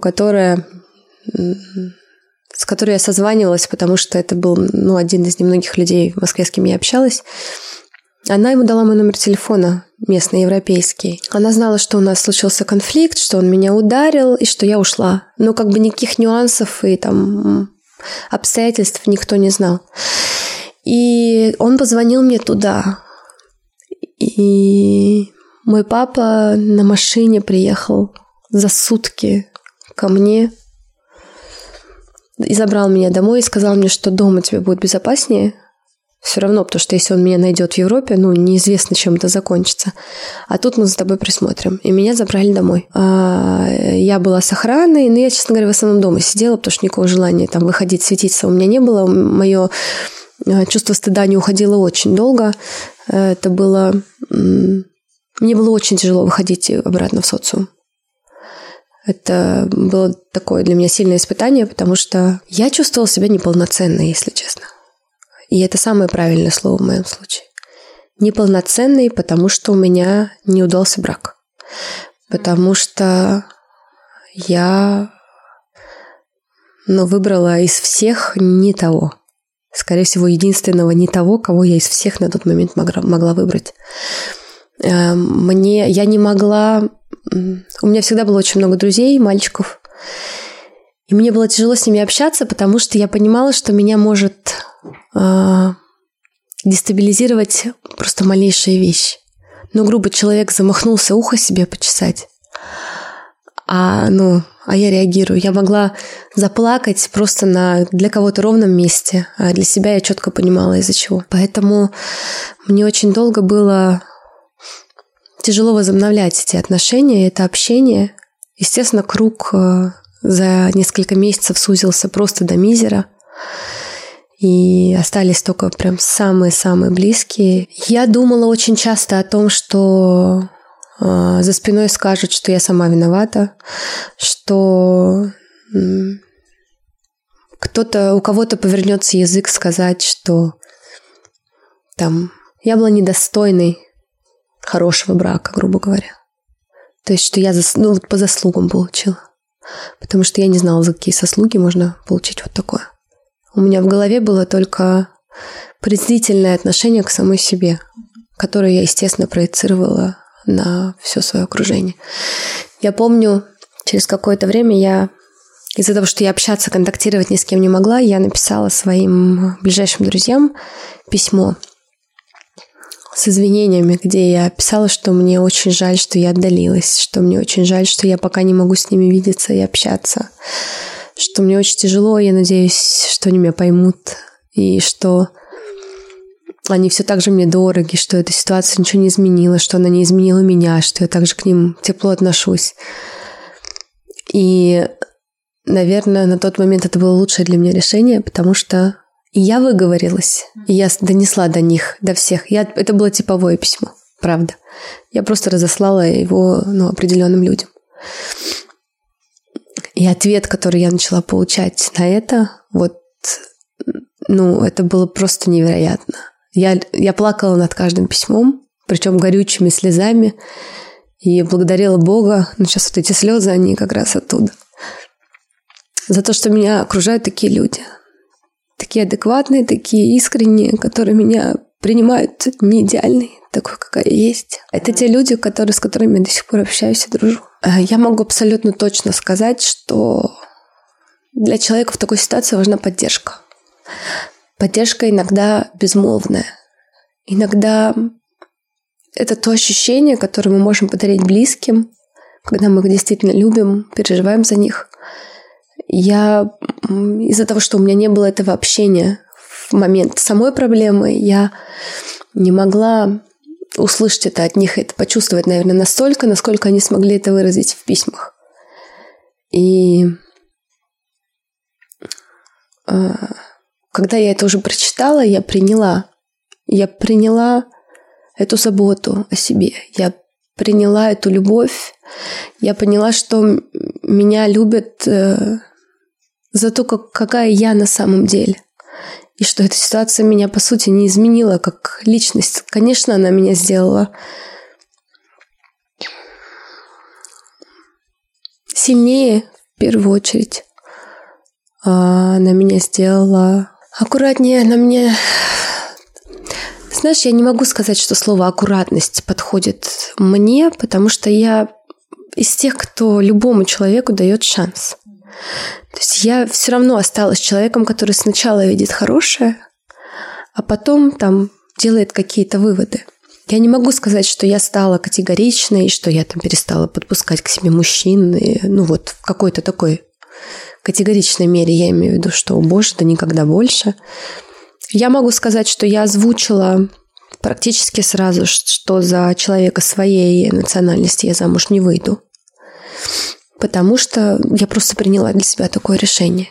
с которой я созванивалась, потому что это был один из немногих людей в Москве, с кем я общалась, она ему дала мой номер телефона, местный, европейский. Она знала, что у нас случился конфликт, что он меня ударил и что я ушла. Но никаких нюансов и обстоятельств никто не знал. И он позвонил мне туда. И мой папа на машине приехал за сутки ко мне и забрал меня домой и сказал мне, что дома тебе будет безопаснее. Все равно, потому что если он меня найдет в Европе, неизвестно, чем это закончится. А тут мы за тобой присмотрим. И меня забрали домой. Я была с охраной, но я, честно говоря, в основном дома сидела, потому что никакого желания там выходить, светиться у меня не было. Мое чувство стыда не уходило очень долго. Это было... Мне было очень тяжело выходить обратно в социум. Это было такое для меня сильное испытание, потому что я чувствовала себя неполноценной, если честно. И это самое правильное слово в моем случае. Неполноценной, потому что у меня не удался брак. Потому что я выбрала из всех не того. Скорее всего, единственного не того, кого я из всех на тот момент могла выбрать. Я не могла... У меня всегда было очень много друзей, мальчиков. И мне было тяжело с ними общаться, потому что я понимала, что меня может дестабилизировать просто малейшая вещь. Грубо человек замахнулся ухо себе почесать, а я реагирую. Я могла заплакать просто для кого-то ровном месте, а для себя я четко понимала, из-за чего. Поэтому мне очень долго было тяжело возобновлять эти отношения, это общение. Естественно, круг за несколько месяцев сузился просто до мизера. И остались только прям самые-самые близкие. Я думала очень часто о том, что за спиной скажут, что я сама виновата, что у кого-то повернется язык сказать, что я была недостойной хорошего брака, грубо говоря. То есть, что я по заслугам получила. Потому что я не знала, за какие заслуги можно получить вот такое. У меня в голове было только презрительное отношение к самой себе, которое я, естественно, проецировала на все свое окружение. Я помню, через какое-то время из-за того, что я общаться, контактировать ни с кем не могла, я написала своим ближайшим друзьям письмо с извинениями, где я писала, что мне очень жаль, что я отдалилась, что мне очень жаль, что я пока не могу с ними видеться и общаться, что мне очень тяжело, я надеюсь, что они меня поймут, и что они все так же мне дороги, что эта ситуация ничего не изменила, что она не изменила меня, что я также к ним тепло отношусь. И, наверное, на тот момент это было лучшее для меня решение, потому что и я выговорилась, и я донесла до них, до всех. Это было типовое письмо, правда. Я просто разослала его определенным людям. И ответ, который я начала получать на это, это было просто невероятно. Я плакала над каждым письмом, причем горючими слезами, и благодарила Бога. Сейчас вот эти слезы, они как раз оттуда. За то, что меня окружают такие люди. Такие адекватные, такие искренние, которые меня принимают не идеальной, такой, какая я есть. Это те люди, с которыми я до сих пор общаюсь и дружу. Я могу абсолютно точно сказать, что для человека в такой ситуации важна поддержка. Поддержка иногда безмолвная. Иногда это то ощущение, которое мы можем подарить близким, когда мы их действительно любим, переживаем за них. Я из-за того, что у меня не было этого общения в момент самой проблемы, я не могла услышать это от них, это почувствовать, наверное, настолько, насколько они смогли это выразить в письмах. И когда я это уже прочитала, я приняла эту заботу о себе, я приняла эту любовь, я поняла, что меня любят за то, какая я на самом деле. И что эта ситуация меня, по сути, не изменила как личность. Конечно, она меня сделала сильнее, в первую очередь. Она меня сделала аккуратнее. Она меня... Знаешь, я не могу сказать, что слово «аккуратность» подходит мне, потому что я из тех, кто любому человеку дает шанс. То есть я все равно осталась человеком, который сначала видит хорошее, а потом там делает какие-то выводы. Я не могу сказать, что я стала категоричной, что я там перестала подпускать к себе мужчин. Вот в какой-то такой категоричной мере я имею в виду, что, боже, да никогда больше. Я могу сказать, что я озвучила практически сразу, что за человека своей национальности я замуж не выйду. Потому что я просто приняла для себя такое решение.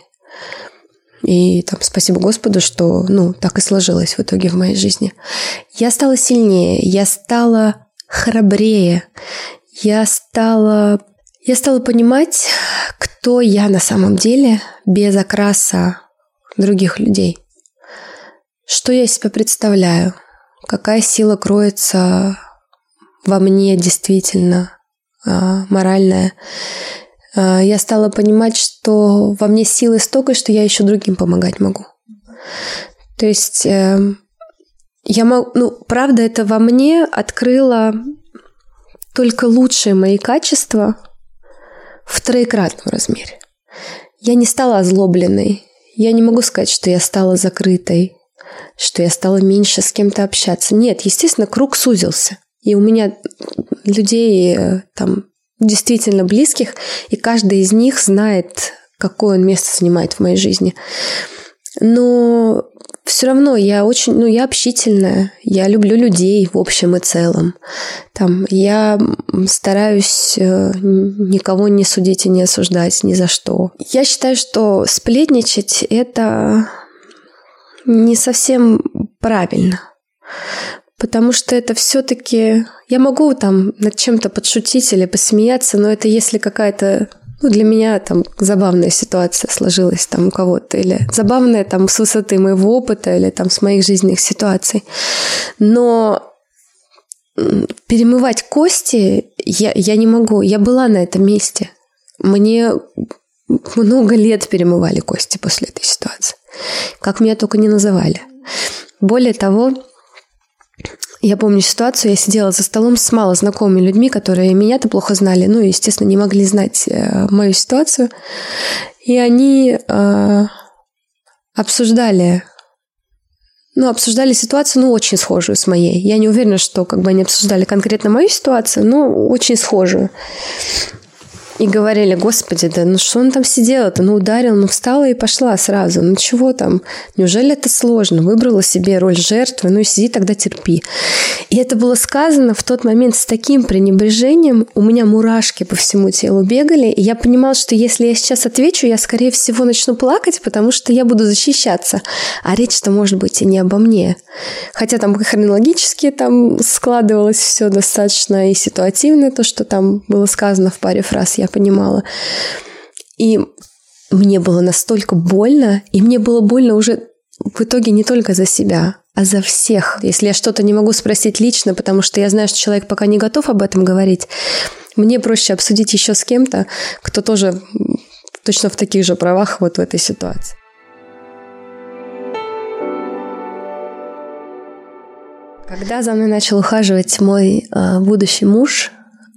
И там спасибо Господу, что так и сложилось в итоге в моей жизни. Я стала сильнее, я стала храбрее, я стала понимать, кто я на самом деле без окраса других людей. Что я из себя представляю, какая сила кроется во мне действительно моральная. Я стала понимать, что во мне силы столько, что я еще другим помогать могу. То есть я могу, правда, это во мне открыло только лучшие мои качества в троекратном размере. Я не стала озлобленной. Я не могу сказать, что я стала закрытой, что я стала меньше с кем-то общаться. Нет, естественно, круг сузился. И у меня людей там действительно близких, и каждый из них знает, какое он место занимает в моей жизни. Но все равно я очень, я общительная, я люблю людей в общем и целом. Я стараюсь никого не судить и не осуждать ни за что. Я считаю, что сплетничать – это не совсем правильно. Потому что это все-таки... Я могу над чем-то подшутить или посмеяться, но это если какая-то... для меня забавная ситуация сложилась у кого-то. Или забавная с высоты моего опыта или с моих жизненных ситуаций. Но перемывать кости я не могу. Я была на этом месте. Мне много лет перемывали кости после этой ситуации. Как меня только не называли. Более того... Я помню ситуацию, я сидела за столом с малознакомыми людьми, которые меня-то плохо знали, естественно, не могли знать мою ситуацию. И они обсуждали ситуацию, очень схожую с моей. Я не уверена, что они обсуждали конкретно мою ситуацию, но очень схожую. И говорили: Господи, да что он там сидел-то? Ударил, встала и пошла сразу. Чего там? Неужели это сложно? Выбрала себе роль жертвы, и сиди тогда терпи. И это было сказано в тот момент с таким пренебрежением. У меня мурашки по всему телу бегали. И я понимала, что если я сейчас отвечу, я, скорее всего, начну плакать, потому что я буду защищаться. А речь-то, может быть, и не обо мне. Хотя хронологически складывалось все достаточно и ситуативно, то, что там было сказано в паре фраз, я понимала. И мне было настолько больно, и мне было больно уже в итоге не только за себя, а за всех. Если я что-то не могу спросить лично, потому что я знаю, что человек пока не готов об этом говорить, мне проще обсудить еще с кем-то, кто тоже точно в таких же правах в этой ситуации. Когда за мной начал ухаживать мой будущий муж,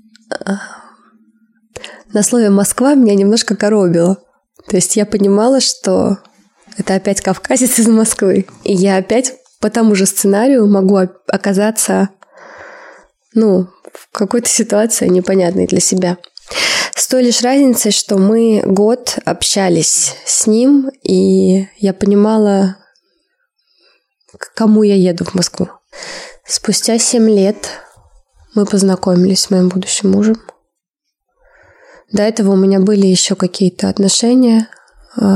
на слове «Москва» меня немножко коробило. То есть я понимала, что это опять кавказец из Москвы. И я опять по тому же сценарию могу оказаться, в какой-то ситуации непонятной для себя. С той лишь разницей, что мы год общались с ним, и я понимала, к кому я еду в Москву. Спустя 7 лет мы познакомились с моим будущим мужем. До этого у меня были еще какие-то отношения. У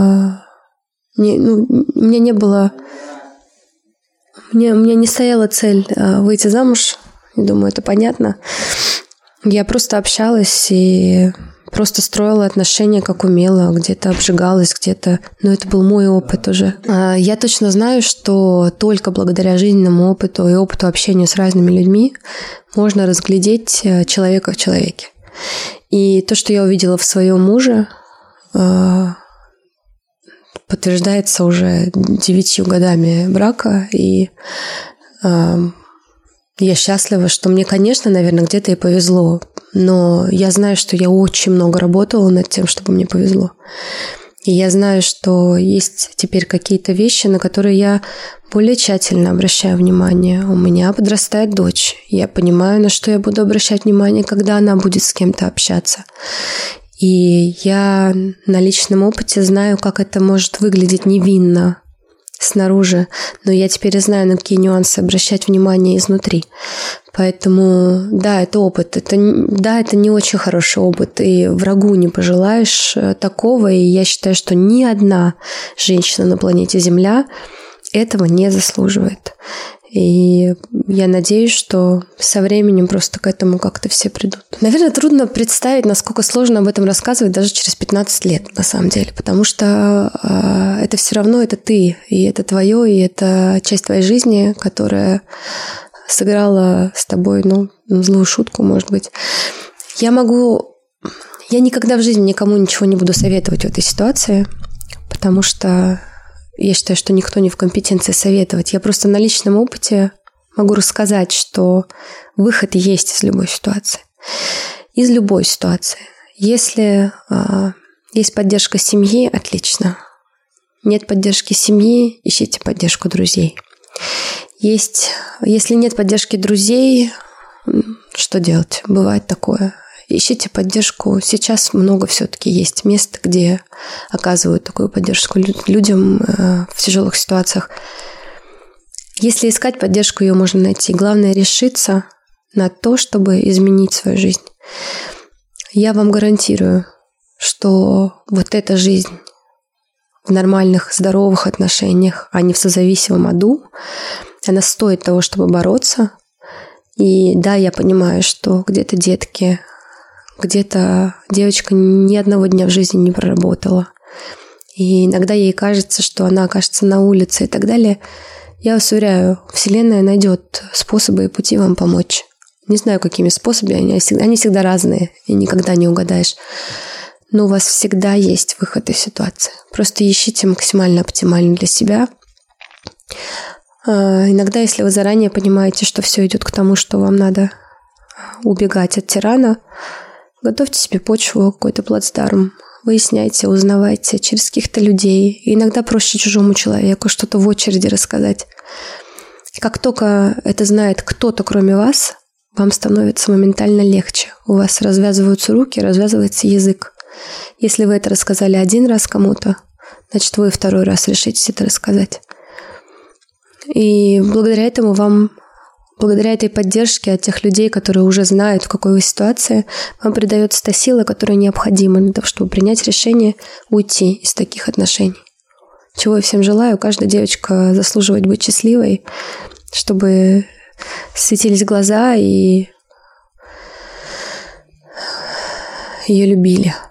меня не было... У меня не стояла цель выйти замуж. Я думаю, это понятно. Я просто общалась и просто строила отношения, как умела. Где-то обжигалась, где-то... Но это был мой опыт уже. Я точно знаю, что только благодаря жизненному опыту и опыту общения с разными людьми можно разглядеть человека в человеке. И то, что я увидела в своем муже, подтверждается уже 9 годами брака. И я счастлива, что мне, конечно, наверное, где-то и повезло. но я знаю, что я очень много работала над тем, чтобы мне повезло. И я знаю, что есть теперь какие-то вещи, на которые я более тщательно обращаю внимание. У меня подрастает дочь. Я понимаю, на что я буду обращать внимание, когда она будет с кем-то общаться. И я на личном опыте знаю, как это может выглядеть невинно снаружи, но я теперь знаю, на какие нюансы обращать внимание изнутри. Поэтому, да, это опыт. Это не очень хороший опыт, и врагу не пожелаешь такого, и я считаю, что ни одна женщина на планете Земля этого не заслуживает. И я надеюсь, что со временем просто к этому как-то все придут. Наверное, трудно представить, насколько сложно об этом рассказывать даже через 15 лет, на самом деле, потому что это все равно это ты, и это твое, и это часть твоей жизни, которая сыграла с тобой, злую шутку, может быть. Я никогда в жизни никому ничего не буду советовать в этой ситуации, потому что я считаю, что никто не в компетенции советовать. Я просто на личном опыте могу рассказать, что выход есть из любой ситуации. Из любой ситуации. Если есть поддержка семьи, отлично. Нет поддержки семьи, ищите поддержку друзей. Если нет поддержки друзей, что делать? Бывает такое. Ищите поддержку. Сейчас много все-таки есть мест, где оказывают такую поддержку людям в тяжелых ситуациях. Если искать поддержку, ее можно найти. Главное решиться на то, чтобы изменить свою жизнь. Я вам гарантирую, что вот эта жизнь в нормальных, здоровых отношениях, а не в созависимом аду, она стоит того, чтобы бороться. И да, я понимаю, что где-то детки, где-то девочка ни одного дня в жизни не проработала. И иногда ей кажется, что она окажется на улице и так далее. Я вас уверяю, Вселенная найдет способы и пути вам помочь. Не знаю, какими способами, они всегда разные, и никогда не угадаешь. Но у вас всегда есть выход из ситуации. Просто ищите максимально оптимально для себя. Иногда, если вы заранее понимаете, что все идет к тому, что вам надо убегать от тирана, готовьте себе почву, какой-то плацдарм, выясняйте, узнавайте через каких-то людей. И иногда проще чужому человеку что-то в очереди рассказать. И как только это знает кто-то, кроме вас, вам становится моментально легче. У вас развязываются руки, развязывается язык. Если вы это рассказали один раз кому-то, значит, вы второй раз решитесь это рассказать. И благодаря этому благодаря этой поддержке от тех людей, которые уже знают, в какой вы ситуации, вам придается та сила, которая необходима для того, чтобы принять решение уйти из таких отношений. Чего я всем желаю. Каждая девочка заслуживает быть счастливой, чтобы светились глаза и ее любили.